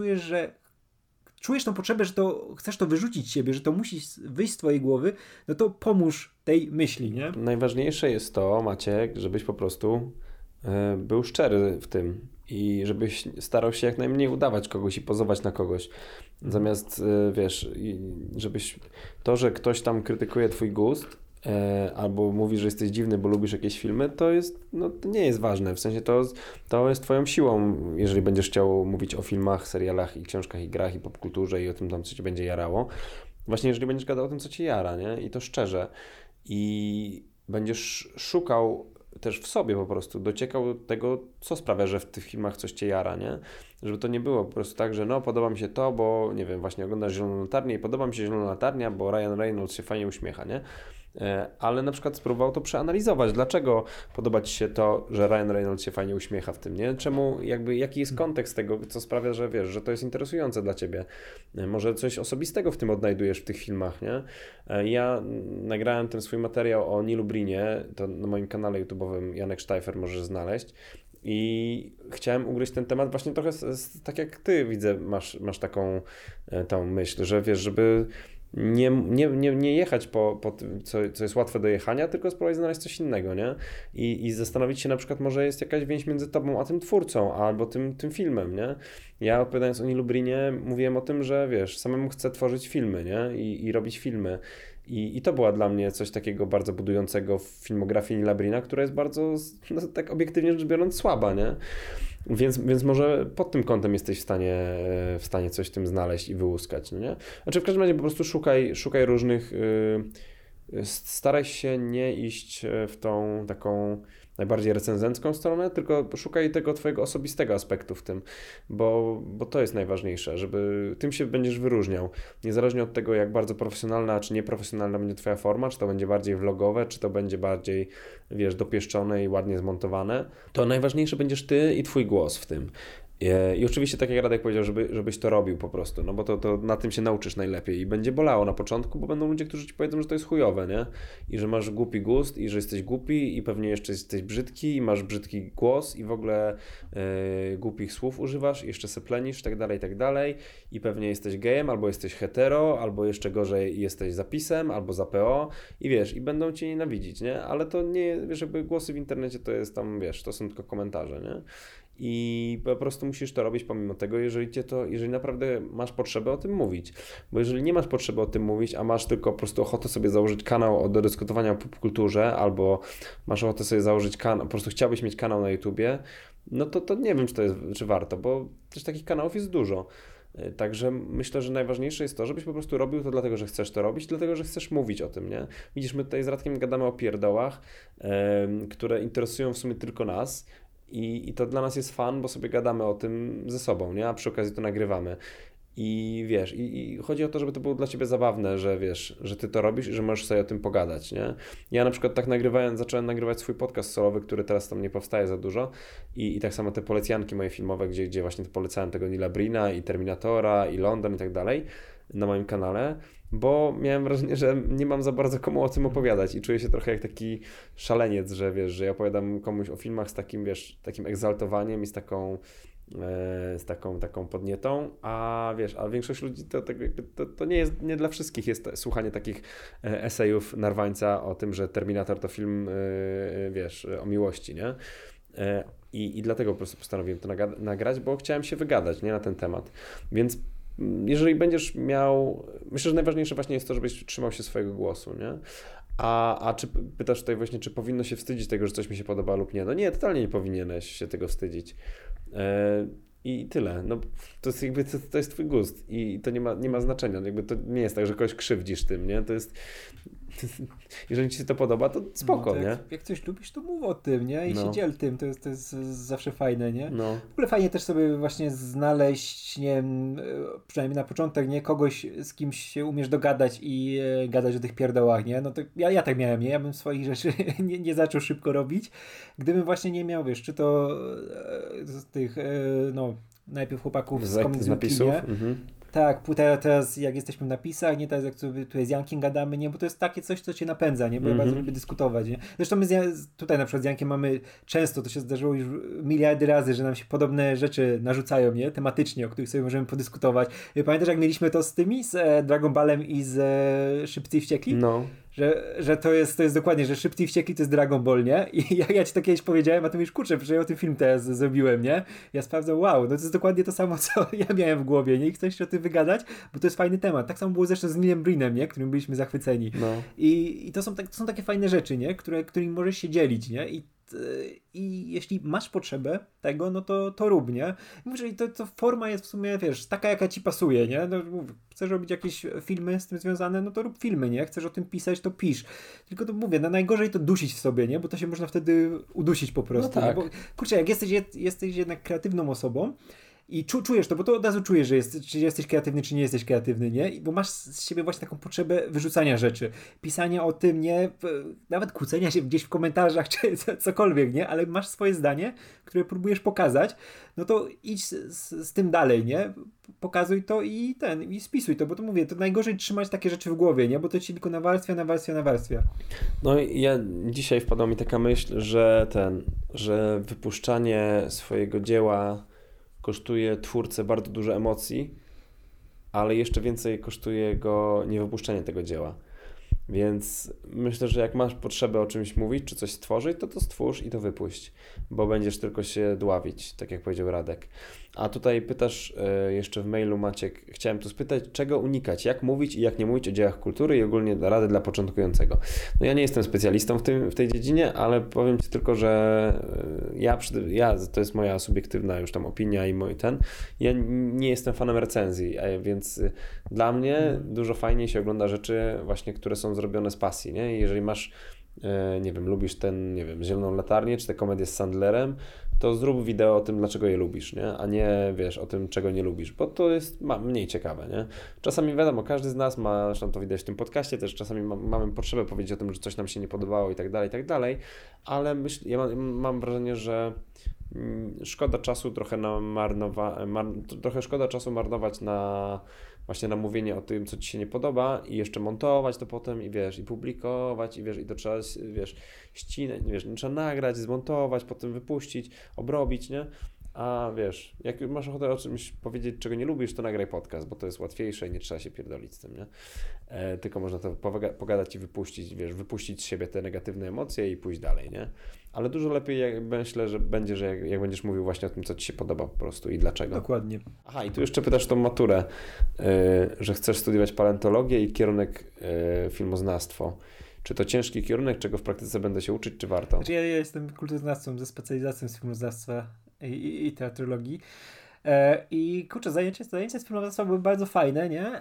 czujesz tą potrzebę, że to chcesz to wyrzucić z siebie, że to musi wyjść z twojej głowy, no to pomóż tej myśli, nie? Najważniejsze jest to, Maciek, żebyś po prostu był szczery w tym i żebyś starał się jak najmniej udawać kogoś i pozować na kogoś. Zamiast, wiesz, żebyś to, że ktoś tam krytykuje twój gust, albo mówi, że jesteś dziwny, bo lubisz jakieś filmy, to nie jest ważne. W sensie to jest twoją siłą, jeżeli będziesz chciał mówić o filmach, serialach i książkach i grach i popkulturze i o tym tam, co cię będzie jarało. Właśnie jeżeli będziesz gadał o tym, co cię jara, nie? I to szczerze. I będziesz szukał też w sobie po prostu, dociekał tego, co sprawia, że w tych filmach coś cię jara, nie? Żeby to nie było po prostu tak, że no podoba mi się to, bo nie wiem, właśnie oglądasz Zieloną Latarnię i podoba mi się Zielona Latarnia, bo Ryan Reynolds się fajnie uśmiecha, nie? Ale na przykład spróbował to przeanalizować. Dlaczego podoba ci się to, że Ryan Reynolds się fajnie uśmiecha w tym, nie? Czemu, jaki jest kontekst tego, co sprawia, że wiesz, że to jest interesujące dla ciebie. Może coś osobistego w tym odnajdujesz w tych filmach, nie? Ja nagrałem ten swój materiał o Nilu Brinie, to na moim kanale YouTube'owym Janek Sztajfer możesz znaleźć. I chciałem ugryźć ten temat właśnie trochę tak jak ty, widzę, masz taką tą myśl, że wiesz, żeby nie jechać po tym, co jest łatwe do jechania, tylko spróbować znaleźć coś innego, nie? I zastanowić się na przykład, może jest jakaś więź między tobą a tym twórcą, albo tym filmem, nie? Ja opowiadając o Nilu Brinie mówiłem o tym, że wiesz, samemu chcę tworzyć filmy, nie? I robić filmy. I to była dla mnie coś takiego bardzo budującego w filmografii Nila Brina, która jest bardzo, no, tak obiektywnie rzecz biorąc, słaba, nie? Więc może pod tym kątem jesteś w stanie coś w tym znaleźć i wyłuskać, no nie? Znaczy w każdym razie po prostu szukaj różnych... staraj się nie iść w tą taką najbardziej recenzencką stronę, tylko szukaj tego twojego osobistego aspektu w tym, bo to jest najważniejsze, żeby tym się będziesz wyróżniał. Niezależnie od tego, jak bardzo profesjonalna czy nieprofesjonalna będzie twoja forma, czy to będzie bardziej vlogowe, czy to będzie bardziej, wiesz, dopieszczone i ładnie zmontowane, to najważniejsze będziesz ty i twój głos w tym. I oczywiście, tak jak Radek powiedział, żebyś to robił po prostu, no bo to na tym się nauczysz najlepiej i będzie bolało na początku, bo będą ludzie, którzy ci powiedzą, że to jest chujowe, nie? I że masz głupi gust i że jesteś głupi i pewnie jeszcze jesteś brzydki i masz brzydki głos i w ogóle głupich słów używasz i jeszcze se plenisz i tak dalej i pewnie jesteś gejem albo jesteś hetero, albo jeszcze gorzej jesteś zapisem albo za PO i wiesz, i będą cię nienawidzić, nie? Ale to nie, wiesz, jakby głosy w internecie to jest tam, wiesz, to są tylko komentarze, nie? I po prostu musisz to robić pomimo tego, jeżeli naprawdę masz potrzebę o tym mówić. Bo jeżeli nie masz potrzeby o tym mówić, a masz tylko po prostu ochotę sobie założyć kanał do dyskutowania o popkulturze, albo masz ochotę sobie założyć kanał, po prostu chciałbyś mieć kanał na YouTubie, no to nie wiem, czy warto, bo też takich kanałów jest dużo. Także myślę, że najważniejsze jest to, żebyś po prostu robił to dlatego, że chcesz to robić, dlatego, że chcesz mówić o tym, nie? Widzisz, my tutaj z Radkiem gadamy o pierdołach, które interesują w sumie tylko nas. I to dla nas jest fan, bo sobie gadamy o tym ze sobą, nie? A przy okazji to nagrywamy. I wiesz, i chodzi o to, żeby to było dla ciebie zabawne, że wiesz, że ty to robisz i że możesz sobie o tym pogadać, nie? Ja na przykład tak zacząłem nagrywać swój podcast solowy, który teraz tam nie powstaje za dużo i tak samo te polecjanki moje filmowe, gdzie właśnie polecałem tego Nila Brina i Terminatora i London i tak dalej na moim kanale, bo miałem wrażenie, że nie mam za bardzo komu o tym opowiadać i czuję się trochę jak taki szaleniec, że wiesz, że ja opowiadam komuś o filmach z takim, wiesz, takim egzaltowaniem i z taką podnietą, a wiesz, a większość ludzi to nie dla wszystkich jest słuchanie takich esejów Narwańca o tym, że Terminator to film, wiesz, o miłości, nie? I dlatego po prostu postanowiłem to nagrać, bo chciałem się wygadać, nie, na ten temat. Więc jeżeli będziesz miał, myślę, że najważniejsze właśnie jest to, żebyś trzymał się swojego głosu, nie? A czy pytasz tutaj właśnie, czy powinno się wstydzić tego, że coś mi się podoba lub nie? No nie, totalnie nie powinieneś się tego wstydzić. I tyle. No, to jest jakby, to jest twój gust i to nie ma znaczenia. Jakby to nie jest tak, że kogoś krzywdzisz tym, nie? To jest jeżeli ci się to podoba, to spoko, no, nie? Jak coś lubisz, to mów o tym, nie? I się dziel tym, to jest zawsze fajne, nie? No. W ogóle fajnie też sobie właśnie znaleźć, nie wiem, przynajmniej na początek, nie? Kogoś, z kim się umiesz dogadać i gadać o tych pierdołach, nie? No to ja tak miałem, nie? Ja bym swoich rzeczy nie zaczął szybko robić, gdybym właśnie nie miał, wiesz, czy to z tych, no, najpierw chłopaków z napisów. Tak, teraz jak jesteśmy w napisach, nie teraz jak tutaj z Jankiem gadamy, nie, bo to jest takie coś, co cię napędza, nie, bo ja bardzo lubię dyskutować, nie. Zresztą my tutaj na przykład z Jankiem mamy często, to się zdarzyło już miliardy razy, że nam się podobne rzeczy narzucają, nie, tematycznie, o których sobie możemy podyskutować. Pamiętasz, jak mieliśmy to z Dragon Ballem i z Szybcy i Wściekli? No. Że to jest dokładnie, że Szybcy i Wściekli to jest Dragon Ball, nie? I ja ci to kiedyś powiedziałem, a ty mówisz, kurczę, przecież ja o tym film teraz zrobiłem, nie? Ja sprawdzam, wow, no to jest dokładnie to samo, co ja miałem w głowie, nie? I chcesz się o tym wygadać, bo to jest fajny temat. Tak samo było zresztą z Nilem Brinem, nie? Którym byliśmy zachwyceni. No. I to są takie fajne rzeczy, nie? Którymi możesz się dzielić, nie? I jeśli masz potrzebę tego, no to rób, nie? Jeżeli to forma jest w sumie, wiesz, taka jaka ci pasuje, nie? No, chcesz robić jakieś filmy z tym związane, no to rób filmy, nie? Chcesz o tym pisać, to pisz. Tylko to mówię, no najgorzej to dusić w sobie, nie? Bo to się można wtedy udusić po prostu. No tak. Bo, kurczę, jak jesteś jednak kreatywną osobą, i czujesz to, bo to od razu czujesz, czy jesteś kreatywny, czy nie jesteś kreatywny, nie? Bo masz z siebie właśnie taką potrzebę wyrzucania rzeczy. Pisania o tym, nie? Nawet kłócenia się gdzieś w komentarzach, czy cokolwiek, nie? Ale masz swoje zdanie, które próbujesz pokazać, no to idź z tym dalej, nie? Pokazuj to i spisuj to, bo to mówię, to najgorzej trzymać takie rzeczy w głowie, nie? Bo to ci tylko nawarstwia. No i ja dzisiaj wpadła mi taka myśl, że wypuszczanie swojego dzieła kosztuje twórcę bardzo dużo emocji, ale jeszcze więcej kosztuje go niewypuszczenie tego dzieła. Więc myślę, że jak masz potrzebę o czymś mówić, czy coś stworzyć, to stwórz i to wypuść, bo będziesz tylko się dławić, tak jak powiedział Radek. A tutaj pytasz jeszcze w mailu, Maciek, chciałem tu spytać, czego unikać, jak mówić i jak nie mówić o dziełach kultury i ogólnie rady dla początkującego. No ja nie jestem specjalistą w tej dziedzinie, ale powiem Ci tylko, że to jest moja subiektywna już tam opinia i ja nie jestem fanem recenzji, więc dla mnie dużo fajniej się ogląda rzeczy właśnie, które są zrobione z pasji, nie? Jeżeli masz, nie wiem, lubisz Zieloną latarnię, czy te komedie z Sandlerem, to zrób wideo o tym, dlaczego je lubisz, nie? A nie, wiesz, o tym, czego nie lubisz, bo to jest mniej ciekawe, nie? Czasami wiadomo, każdy z nas ma, zresztą to widać w tym podcaście, też czasami mamy potrzebę powiedzieć o tym, że coś nam się nie podobało i tak dalej, ale ja mam wrażenie, że szkoda czasu trochę szkoda czasu marnować na właśnie na mówienie o tym, co Ci się nie podoba i jeszcze montować to potem i wiesz, i publikować i wiesz, i to trzeba, wiesz, ścinać, wiesz, trzeba nagrać, zmontować, potem wypuścić, obrobić, nie? A wiesz, jak masz ochotę o czymś powiedzieć, czego nie lubisz, to nagraj podcast, bo to jest łatwiejsze i nie trzeba się pierdolić z tym, nie? Tylko można to pogadać i wypuścić, wiesz, wypuścić z siebie te negatywne emocje i pójść dalej, nie? Ale dużo lepiej myślę, że będzie, że jak będziesz mówił właśnie o tym, co Ci się podoba po prostu i dlaczego. Dokładnie. Aha, i tu jeszcze pytasz tą maturę, że chcesz studiować paleontologię i kierunek filmoznawstwo. Czy to ciężki kierunek, czego w praktyce będę się uczyć, czy warto? Znaczy ja jestem kulturoznawcą ze specjalizacją z filmoznawstwa i teatrologii. I kurczę, zajęcia z filmoznawstwa były bardzo fajne, nie?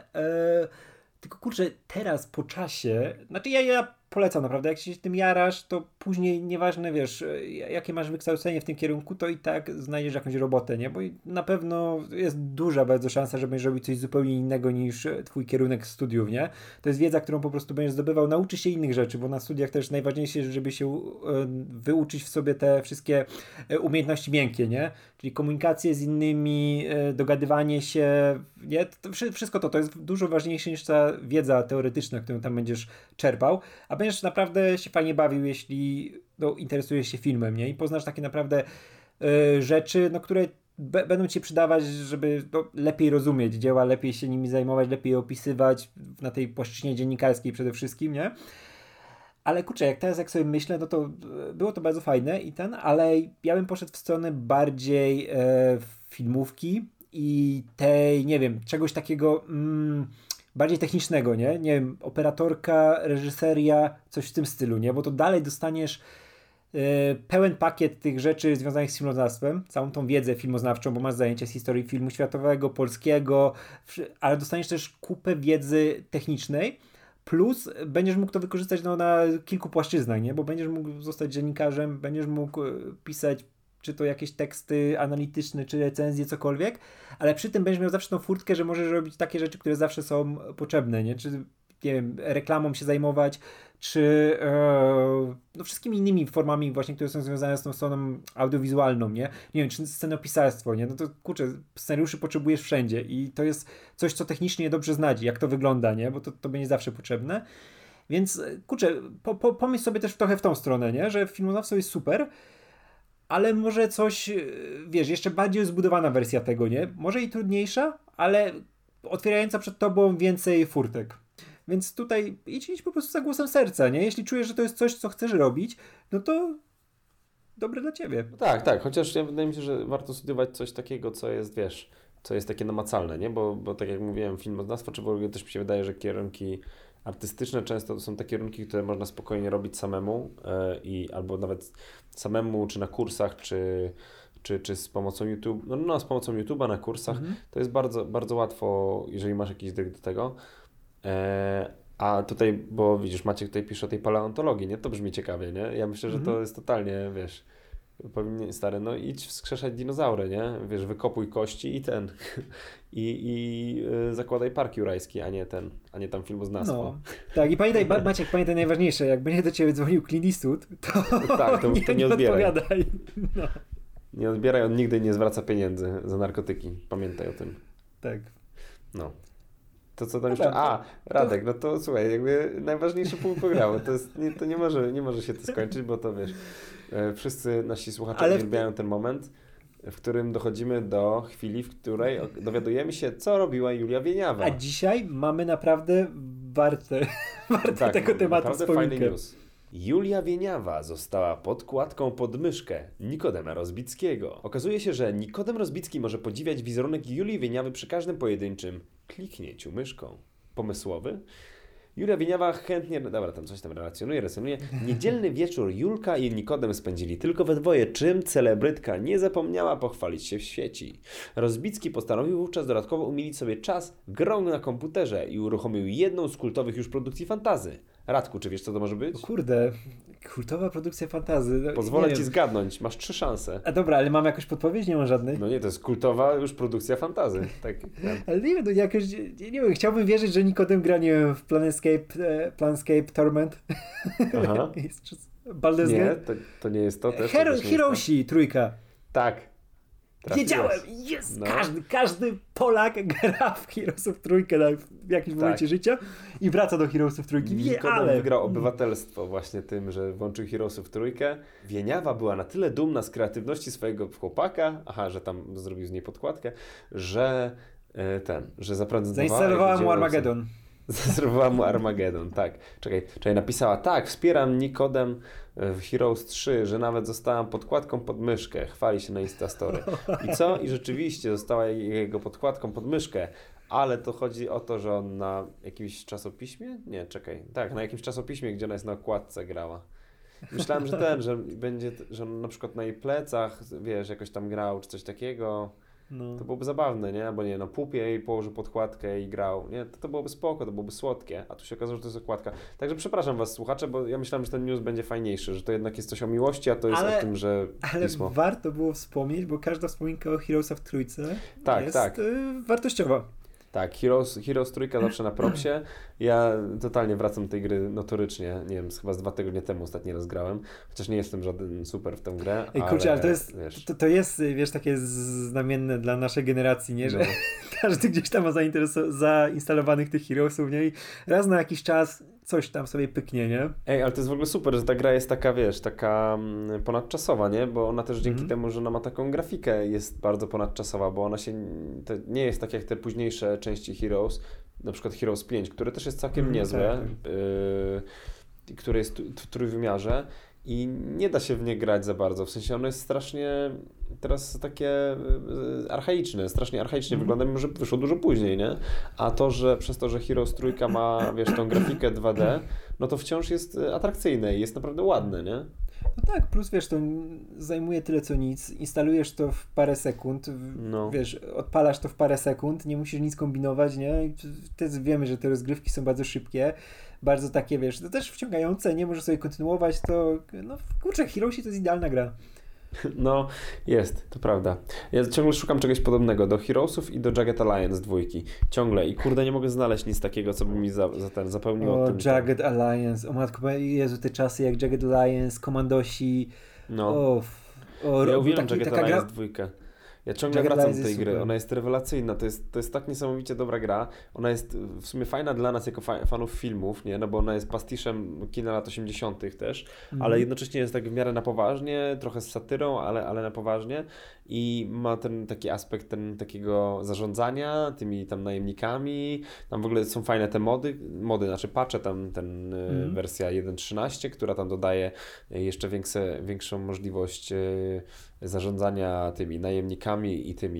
Tylko kurczę, teraz po czasie, znaczy ja polecam naprawdę, jak się tym jarasz, to później nieważne, wiesz, jakie masz wykształcenie w tym kierunku, to i tak znajdziesz jakąś robotę, nie? Bo na pewno jest duża bardzo szansa, że będziesz robić coś zupełnie innego niż twój kierunek studiów, nie? To jest wiedza, którą po prostu będziesz zdobywał, nauczysz się innych rzeczy, bo na studiach też najważniejsze jest, żeby się wyuczyć w sobie te wszystkie umiejętności miękkie, nie? Czyli komunikację z innymi, dogadywanie się, nie? To wszystko to jest dużo ważniejsze niż ta wiedza teoretyczna, którą tam będziesz czerpał, a będziesz naprawdę się fajnie bawił, jeśli interesujesz się filmem, nie? I poznasz takie naprawdę rzeczy, które będą ci przydawać, żeby lepiej rozumieć dzieła, lepiej się nimi zajmować, lepiej je opisywać na tej płaszczyźnie dziennikarskiej przede wszystkim, nie? Ale kurczę, jak sobie myślę, no to było to bardzo fajne ale ja bym poszedł w stronę bardziej filmówki i tej, nie wiem, czegoś takiego bardziej technicznego, nie? Nie wiem, operatorka, reżyseria, coś w tym stylu, nie? Bo to dalej dostaniesz pełen pakiet tych rzeczy związanych z filmoznawstwem, całą tą wiedzę filmoznawczą, bo masz zajęcia z historii filmu światowego, polskiego, ale dostaniesz też kupę wiedzy technicznej, plus będziesz mógł to wykorzystać na kilku płaszczyznach, nie? Bo będziesz mógł zostać dziennikarzem, będziesz mógł pisać czy to jakieś teksty analityczne, czy recenzje, cokolwiek, ale przy tym będziesz miał zawsze tą furtkę, że możesz robić takie rzeczy, które zawsze są potrzebne, nie? Czy, nie wiem, reklamą się zajmować, czy wszystkimi innymi formami właśnie, które są związane z tą stroną audiowizualną, nie? Nie wiem, czy scenopisarstwo, nie? No to kurczę, scenariuszy potrzebujesz wszędzie i to jest coś, co technicznie dobrze znać, jak to wygląda, nie? Bo to będzie zawsze potrzebne. Więc kurczę, pomyśl sobie też trochę w tą stronę, nie? Że filmoznawstwo jest super, ale może coś, wiesz, jeszcze bardziej zbudowana wersja tego, nie? Może i trudniejsza, ale otwierająca przed tobą więcej furtek. Więc tutaj idź po prostu za głosem serca, nie? Jeśli czujesz, że to jest coś, co chcesz robić, no to dobre dla ciebie. No tak, chociaż wydaje mi się, że warto studiować coś takiego, co jest, wiesz, co jest takie namacalne, nie? Bo tak jak mówiłem, filmoznawstwo, czy w ogóle też mi się wydaje, że kierunki artystyczne często to są te kierunki, które można spokojnie robić samemu albo nawet samemu, czy na kursach, czy z pomocą YouTube, z pomocą YouTube'a na kursach, to jest bardzo, bardzo łatwo, jeżeli masz jakiś dryg do tego. A tutaj, bo widzisz, Maciek tutaj pisze o tej paleontologii, nie? To brzmi ciekawie, nie? Ja myślę, że to jest totalnie, wiesz, powinien, stary, idź wskrzeszać dinozaury, nie? Wiesz, wykopuj kości i zakładaj park jurajski, a nie tam filmoznawstwo. No, tak, i pamiętaj, Maciek, pamiętaj najważniejsze, jak będzie do ciebie dzwonił Clint Eastwood, to nie odpowiadaj. No. Nie odbieraj, on nigdy nie zwraca pieniędzy za narkotyki, pamiętaj o tym. Tak. No. To co tam jeszcze? Radek, no to słuchaj, jakby najważniejszy punkt programu, to nie może się to skończyć, bo to wiesz, wszyscy nasi słuchacze uwielbiają ten moment, w którym dochodzimy do chwili, w której dowiadujemy się, co robiła Julia Wieniawa. A dzisiaj mamy naprawdę warte warte tego tematu naprawdę fajny news. Julia Wieniawa została podkładką pod myszkę Nikodema Rozbickiego. Okazuje się, że Nikodem Rozbicki może podziwiać wizerunek Julii Wieniawy przy każdym pojedynczym kliknięciu myszką. Pomysłowy? Julia Wieniawa chętnie, dobra, tam coś tam relacjonuje, resonuje. Niedzielny wieczór Julka i Nikodem spędzili tylko we dwoje, czym celebrytka nie zapomniała pochwalić się w sieci. Rozbicki postanowił wówczas dodatkowo umilić sobie czas grą na komputerze i uruchomił jedną z kultowych już produkcji fantazy. Radku, czy wiesz, co to może być? O kurde, kultowa produkcja fantazy. No, pozwolę ci zgadnąć, masz 3 szanse. A dobra, ale mam jakąś podpowiedź? Nie mam żadnej. No nie, to jest kultowa już produkcja fantazy. Tak. Ale nie wiem, no jakoś, nie wiem, chciałbym wierzyć, że Nikodem gra, nie wiem, w Planescape Torment. Aha. Baldur's Nie, Gate? to nie jest to też. Hiroshi, trójka. Tak. Wiedziałem! Jest! No. Każdy Polak gra w Heroesów trójkę w jakimś momencie życia i wraca do Heroesów trójki. Nikodem wygrał obywatelstwo właśnie tym, że włączył Heroesów trójkę. Wieniawa była na tyle dumna z kreatywności swojego chłopaka, że tam zrobił z niej podkładkę, że zainstalowała mu Armageddon. Zrywała mu Armageddon, tak. Czekaj, napisała, tak, wspieram Nikodem w Heroes 3, że nawet zostałam podkładką pod myszkę. Chwali się na Instastory. I co? I rzeczywiście została jego podkładką pod myszkę. Ale to chodzi o to, że on na jakimś czasopiśmie? Nie, czekaj. Tak, na jakimś czasopiśmie, gdzie ona jest na okładce grała. Myślałem, że będzie, że on na przykład na jej plecach, wiesz, jakoś tam grał, czy coś takiego. No. To byłoby zabawne, nie? Bo nie, na pupie i położył podkładkę i grał. Nie? To byłoby spoko, to byłoby słodkie, a tu się okazało, że to jest okładka. Także przepraszam was, słuchacze, bo ja myślałem, że ten news będzie fajniejszy, że to jednak jest coś o miłości, a to jest o tym, że pismo. Ale warto było wspomnieć, bo każda wspominka o Heroesach w trójce jest wartościowa. Tak, Heroes trójka zawsze na propsie. Ja totalnie wracam do tej gry notorycznie. Nie wiem, chyba z 2 tygodnie temu ostatni raz grałem. Chociaż nie jestem żaden super w tę grę. Kurczę, ale to jest, wiesz, takie znamienne dla naszej generacji, nie? Że każdy gdzieś tam ma zainstalowanych tych Heroesów, nie? I raz na jakiś czas coś tam sobie pyknie, nie? Ale to jest w ogóle super, że ta gra jest taka, wiesz, taka ponadczasowa, nie? Bo ona też dzięki temu, że ona ma taką grafikę, jest bardzo ponadczasowa, bo ona to nie jest tak jak te późniejsze części Heroes, na przykład Heroes 5, które też jest całkiem niezłe, które jest w trójwymiarze i nie da się w nie grać za bardzo, w sensie ono jest strasznie teraz takie archaiczne, strasznie archaicznie wygląda, mimo że wyszło dużo później, nie? A to, że przez to, że Heroes trójka ma, wiesz, tą grafikę 2D, no to wciąż jest atrakcyjne i jest naprawdę ładne, nie? No tak, plus wiesz, to zajmuje tyle co nic, instalujesz to w parę sekund, wiesz, odpalasz to w parę sekund, nie musisz nic kombinować, nie? I też wiemy, że te rozgrywki są bardzo szybkie, bardzo takie, wiesz, to też wciągające, nie? Możesz sobie kontynuować to, kurczę, Heroesi to jest idealna gra. No, jest, to prawda. Ja ciągle szukam czegoś podobnego do Heroesów i do Jagged Alliance 2. Ciągle. I kurde, nie mogę znaleźć nic takiego, co by mi zapełniło. O, Jagged Alliance. O matko, Jezu, te czasy jak Jagged Alliance, Komandosi. No. Ja uwielbiam Jagged Alliance 2. Ja ciągle wracam do tej gry. Ona jest rewelacyjna. To jest tak niesamowicie dobra gra. Ona jest w sumie fajna dla nas jako fanów filmów, nie? No bo ona jest pastiszem kina lat 80. też, ale jednocześnie jest tak w miarę na poważnie, trochę z satyrą, ale na poważnie i ma ten taki aspekt takiego zarządzania tymi tam najemnikami. Tam w ogóle są fajne te znaczy patche, tam wersja 1.13, która tam dodaje jeszcze większą możliwość zarządzania tymi najemnikami i tymi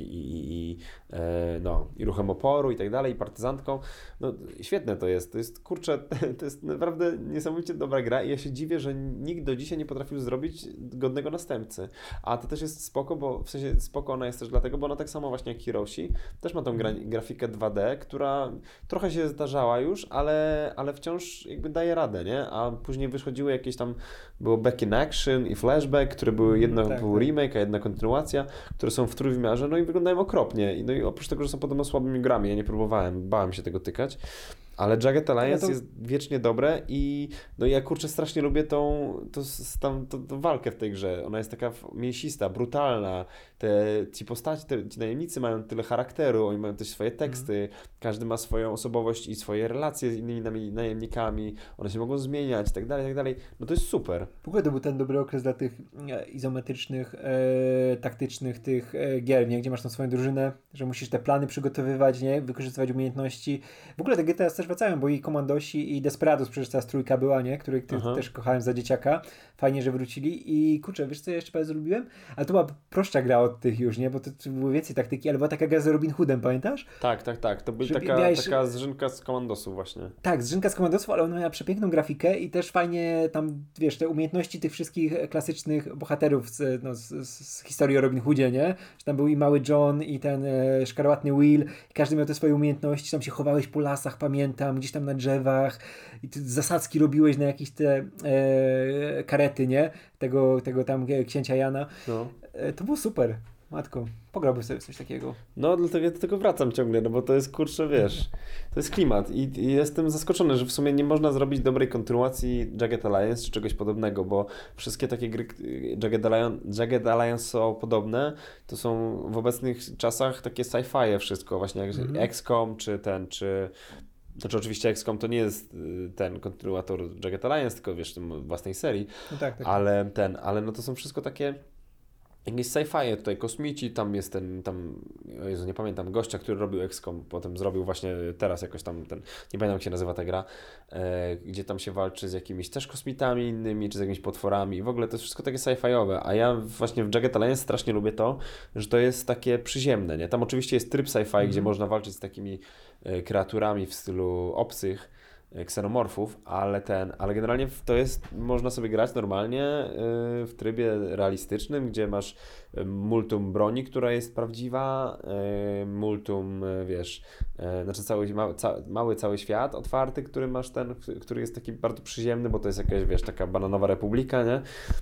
i ruchem oporu i tak dalej, i partyzantką. No świetne to jest kurczę, to jest naprawdę niesamowicie dobra gra i ja się dziwię, że nikt do dzisiaj nie potrafił zrobić godnego następcy. A to też jest spoko, bo w sensie spoko ona jest też dlatego, bo ona tak samo właśnie jak Heroesi też ma tą grafikę 2D, która trochę się zdarzała już, ale wciąż jakby daje radę, nie? A później wychodziły jakieś tam, było Back in Action i Flashback, które były był remake, a jedna kontynuacja, które są w trójwymiarze, no i wyglądają okropnie. No i oprócz tego, że są podobno słabymi grami, ja nie próbowałem, bałem się tego tykać, ale Jagged Alliance jest wiecznie dobre i no ja kurczę strasznie lubię tą walkę w tej grze. Ona jest taka mięsista, brutalna. Ci postaci, ci najemnicy mają tyle charakteru, oni mają też swoje teksty, każdy ma swoją osobowość i swoje relacje z innymi najemnikami, one się mogą zmieniać i tak dalej. No to jest super. W ogóle to był ten dobry okres dla tych izometrycznych, taktycznych tych gier, nie? Gdzie masz tą swoją drużynę, że musisz te plany przygotowywać, nie? Wykorzystywać umiejętności. W ogóle te GTA też też wracają, bo i Komandosi, i Desperados, przecież ta trójka była, nie? Których też kochałem za dzieciaka. Fajnie, że wrócili i kurczę, wiesz co ja jeszcze bardzo lubiłem? Ale to była prostsza gra od tych już, nie? Bo to było więcej taktyki, ale była taka gra z Robin Hoodem, pamiętasz? Tak. To była taka zżynka z Komandosów właśnie. Tak, zżynka z Komandosów, ale ona miała przepiękną grafikę i też fajnie tam, wiesz, te umiejętności tych wszystkich klasycznych bohaterów z historii o Robin Hoodzie, nie? Że tam był i mały John, i ten szkarłatny Will, i każdy miał te swoje umiejętności, tam się chowałeś po lasach, pamiętam, gdzieś tam na drzewach i ty zasadzki robiłeś na jakieś te karety, nie? Tego tam księcia Jana. No. To było super. Matko, pograłbym sobie coś takiego. No, dlatego ja do tego wracam ciągle, no bo to jest, kurczę, wiesz, to jest klimat i jestem zaskoczony, że w sumie nie można zrobić dobrej kontynuacji Jagged Alliance czy czegoś podobnego, bo wszystkie takie gry Jagged Alliance są podobne, to są w obecnych czasach takie sci-fi wszystko, właśnie jak XCOM Znaczy oczywiście XCOM to nie jest ten kontynuator Jagged Alliance, tylko wiesz, tym własnej serii, no tak. ale no to są wszystko takie jakieś sci-fi, tutaj kosmici, tam jest Jezu, nie pamiętam, gościa, który robił XCOM, potem zrobił właśnie teraz jakoś tam nie pamiętam jak się nazywa ta gra, gdzie tam się walczy z jakimiś też kosmitami innymi, czy z jakimiś potworami, w ogóle to jest wszystko takie sci-fiowe, a ja właśnie w Jagged Alliance strasznie lubię to, że to jest takie przyziemne, nie? Tam oczywiście jest tryb sci-fi, gdzie można walczyć z takimi kreaturami w stylu obcych, ksenomorfów, ale generalnie to jest, można sobie grać normalnie w trybie realistycznym, gdzie masz multum broni, która jest prawdziwa, multum, wiesz, znaczy mały cały świat otwarty, który jest taki bardzo przyziemny, bo to jest jakaś, wiesz, taka bananowa republika, nie?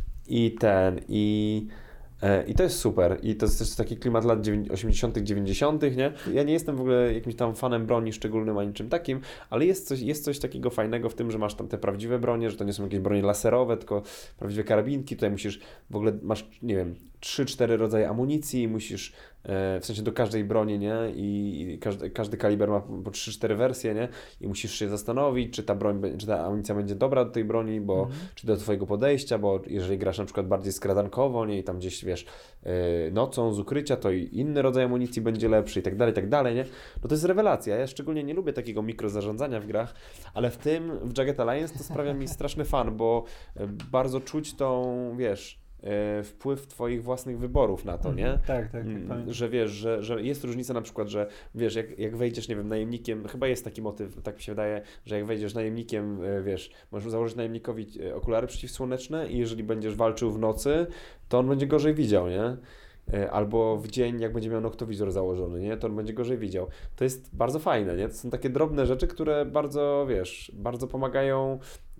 I to jest super. I to jest też taki klimat lat 80., 90., nie? Ja nie jestem w ogóle jakimś tam fanem broni szczególnym ani czym takim, ale jest coś takiego fajnego w tym, że masz tam te prawdziwe bronie, że to nie są jakieś bronie laserowe, tylko prawdziwe karabinki. Tutaj masz, nie wiem, 3-4 rodzaje amunicji, musisz w sensie do każdej broni, nie? I każdy kaliber ma po 3-4 wersje, nie? I musisz się zastanowić, czy ta amunicja będzie dobra do tej broni, czy do twojego podejścia, bo jeżeli grasz na przykład bardziej skradankowo, nie? I tam gdzieś, wiesz, nocą z ukrycia, to i inny rodzaj amunicji będzie lepszy i tak dalej, nie? No to jest rewelacja. Ja szczególnie nie lubię takiego mikrozarządzania w grach, ale w Jagged Alliance to sprawia mi straszny fan, bo bardzo czuć tą, wiesz, wpływ twoich własnych wyborów na to, nie? Tak. Że wiesz, że jest różnica na przykład, że wiesz, jak wejdziesz, nie wiem, najemnikiem, chyba jest taki motyw, tak mi się wydaje, że jak wejdziesz najemnikiem, wiesz, możesz założyć najemnikowi okulary przeciwsłoneczne i jeżeli będziesz walczył w nocy, to on będzie gorzej widział, nie? Albo w dzień, jak będzie miał noktowizor założony, nie? To on będzie gorzej widział. To jest bardzo fajne, nie? To są takie drobne rzeczy, które bardzo, wiesz, bardzo pomagają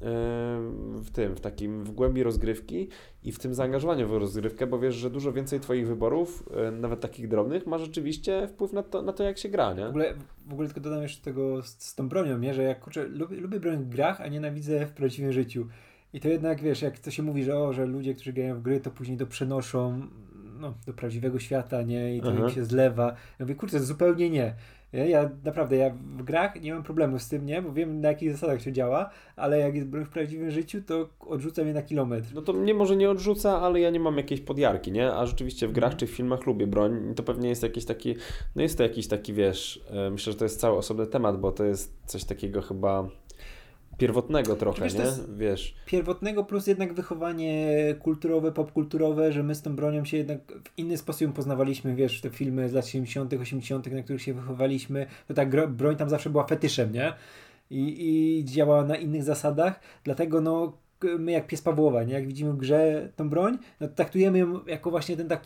w głębi rozgrywki i w tym zaangażowaniu w rozgrywkę, bo wiesz, że dużo więcej twoich wyborów, nawet takich drobnych, ma rzeczywiście wpływ na to jak się gra, nie? W ogóle tylko dodam jeszcze tego z tą bronią, nie? Że ja kurczę, lubię broń w grach, a nienawidzę w prawdziwym życiu. I to jednak, wiesz, jak to się mówi, że ludzie, którzy grają w gry, to później to przenoszą do prawdziwego świata, nie? I to im się zlewa. Ja mówię, kurczę, zupełnie nie. Ja naprawdę, w grach nie mam problemu z tym, nie? Bo wiem, na jakich zasadach się działa, ale jak jest broń w prawdziwym życiu, to odrzuca mnie na kilometr. No to mnie może nie odrzuca, ale ja nie mam jakiejś podjarki, nie? A rzeczywiście w grach czy w filmach lubię broń. To pewnie jest jakiś taki, jest to jakiś taki, wiesz, myślę, że to jest cały osobny temat, bo to jest coś takiego chyba pierwotnego trochę, wiesz, nie? Wiesz. Pierwotnego plus jednak wychowanie kulturowe, popkulturowe, że my z tą bronią się jednak w inny sposób poznawaliśmy, wiesz, te filmy z lat 70., 80., na których się wychowaliśmy, to tak broń tam zawsze była fetyszem, nie? I działała na innych zasadach, dlatego my jak pies Pawłowa, nie? Jak widzimy w grze tą broń, no to traktujemy ją jako właśnie ten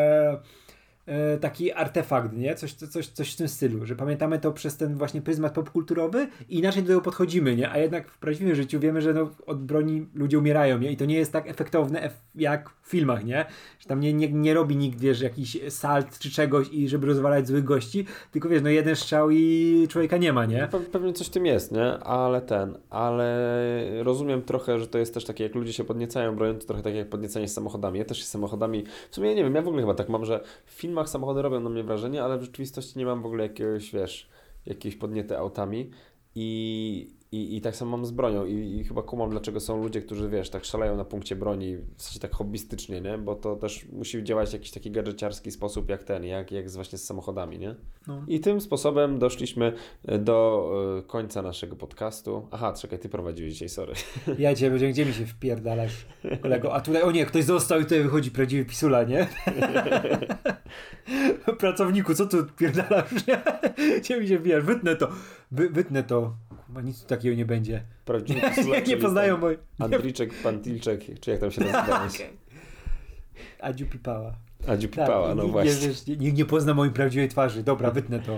taki artefakt, nie? Coś w tym stylu, że pamiętamy to przez ten właśnie pryzmat popkulturowy i inaczej do tego podchodzimy, nie? A jednak w prawdziwym życiu wiemy, że od broni ludzie umierają, nie? I to nie jest tak efektowne jak w filmach, nie? Że tam nie robi nikt, wiesz, jakiś salt czy czegoś i żeby rozwalać złych gości, tylko wiesz, jeden strzał i człowieka nie ma, nie? Pewnie coś w tym jest, nie? Ale rozumiem trochę, że to jest też takie, jak ludzie się podniecają bronią, to trochę tak jak podniecanie z samochodami. Ja też się samochodami, w sumie nie wiem, ja w ogóle chyba tak mam, że w filmach samochody robią na mnie wrażenie, ale w rzeczywistości nie mam w ogóle jakiejś podniety autami i I tak samo mam z bronią i chyba kumam, dlaczego są ludzie, którzy, wiesz, tak szaleją na punkcie broni, w sensie tak hobbystycznie, nie? Bo to też musi działać w jakiś taki gadżeciarski sposób jak właśnie z samochodami, nie? No. I tym sposobem doszliśmy do końca naszego podcastu. Aha, czekaj, ty prowadziłeś dzisiaj, sorry. Ja cię będzie, gdzie mi się wpierdalasz, kolego? A tutaj, o nie, ktoś został i tutaj wychodzi prawdziwy pisula, nie? Pracowniku, co tu wpierdalasz, nie? Gdzie mi się wbijasz? Wytnę to. Chyba nic takiego nie będzie. Prawdziwy pisula, nie poznają moi. Andriczek, Pantilczek, czy jak tam się nazywa? Adziu Pipała. Adziu Pipała, tak, no właśnie. Nikt nie pozna mojej prawdziwej twarzy. Dobra, wytnę to.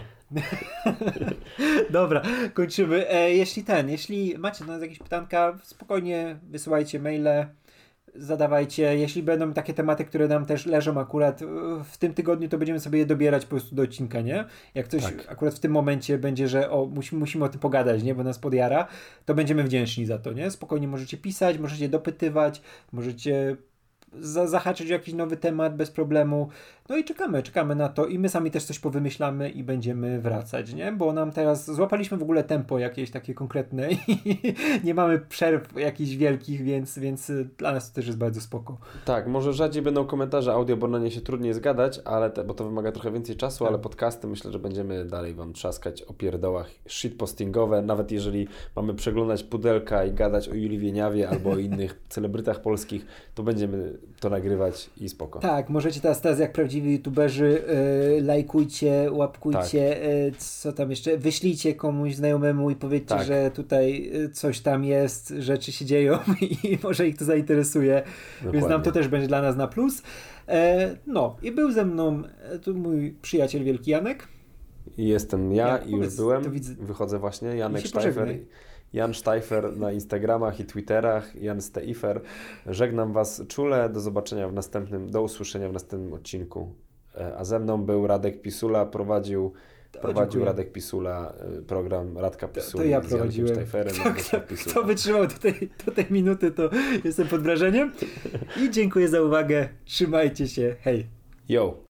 Dobra, kończymy. Jeśli macie do nas jakieś pytanka, spokojnie wysyłajcie maile, zadawajcie. Jeśli będą takie tematy, które nam też leżą akurat w tym tygodniu, to będziemy sobie je dobierać po prostu do odcinka, nie? Jak coś akurat w tym momencie będzie, że musimy o tym pogadać, nie? Bo nas podjara, to będziemy wdzięczni za to, nie? Spokojnie możecie pisać, możecie dopytywać, możecie zahaczyć o jakiś nowy temat bez problemu. No i czekamy na to i my sami też coś powymyślamy i będziemy wracać, nie? Bo nam teraz złapaliśmy w ogóle tempo jakieś takie konkretne i nie mamy przerw jakichś wielkich, więc dla nas to też jest bardzo spoko. Tak, może rzadziej będą komentarze audio, bo na nie się trudniej zgadać, bo to wymaga trochę więcej czasu, ale podcasty myślę, że będziemy dalej wam trzaskać o pierdołach shitpostingowe, nawet jeżeli mamy przeglądać pudelka i gadać o Julii Wieniawie albo o innych celebrytach polskich, to będziemy to nagrywać i spoko. Tak, możecie teraz jak prawdziwi youtuberzy lajkujcie, łapkujcie, co tam jeszcze, wyślijcie komuś znajomemu i powiedzcie, że tutaj coś tam jest, rzeczy się dzieją i może ich to zainteresuje. Dokładnie. Więc nam to też będzie dla nas na plus. I był ze mną tu mój przyjaciel wielki Janek. I jestem ja i już byłem. Wychodzę właśnie, Janek Sztajfer. Jan Sztajfer na Instagramach i Twitterach, Jan Steifer. Żegnam was czule, do usłyszenia w następnym odcinku. A ze mną był Radek Pisula, prowadził Radek Pisula program Radka Pisula. To ja prowadziłem. Sztajferem. Kto wytrzymał do tej minuty, to jestem pod wrażeniem. I dziękuję za uwagę. Trzymajcie się. Hej. Yo.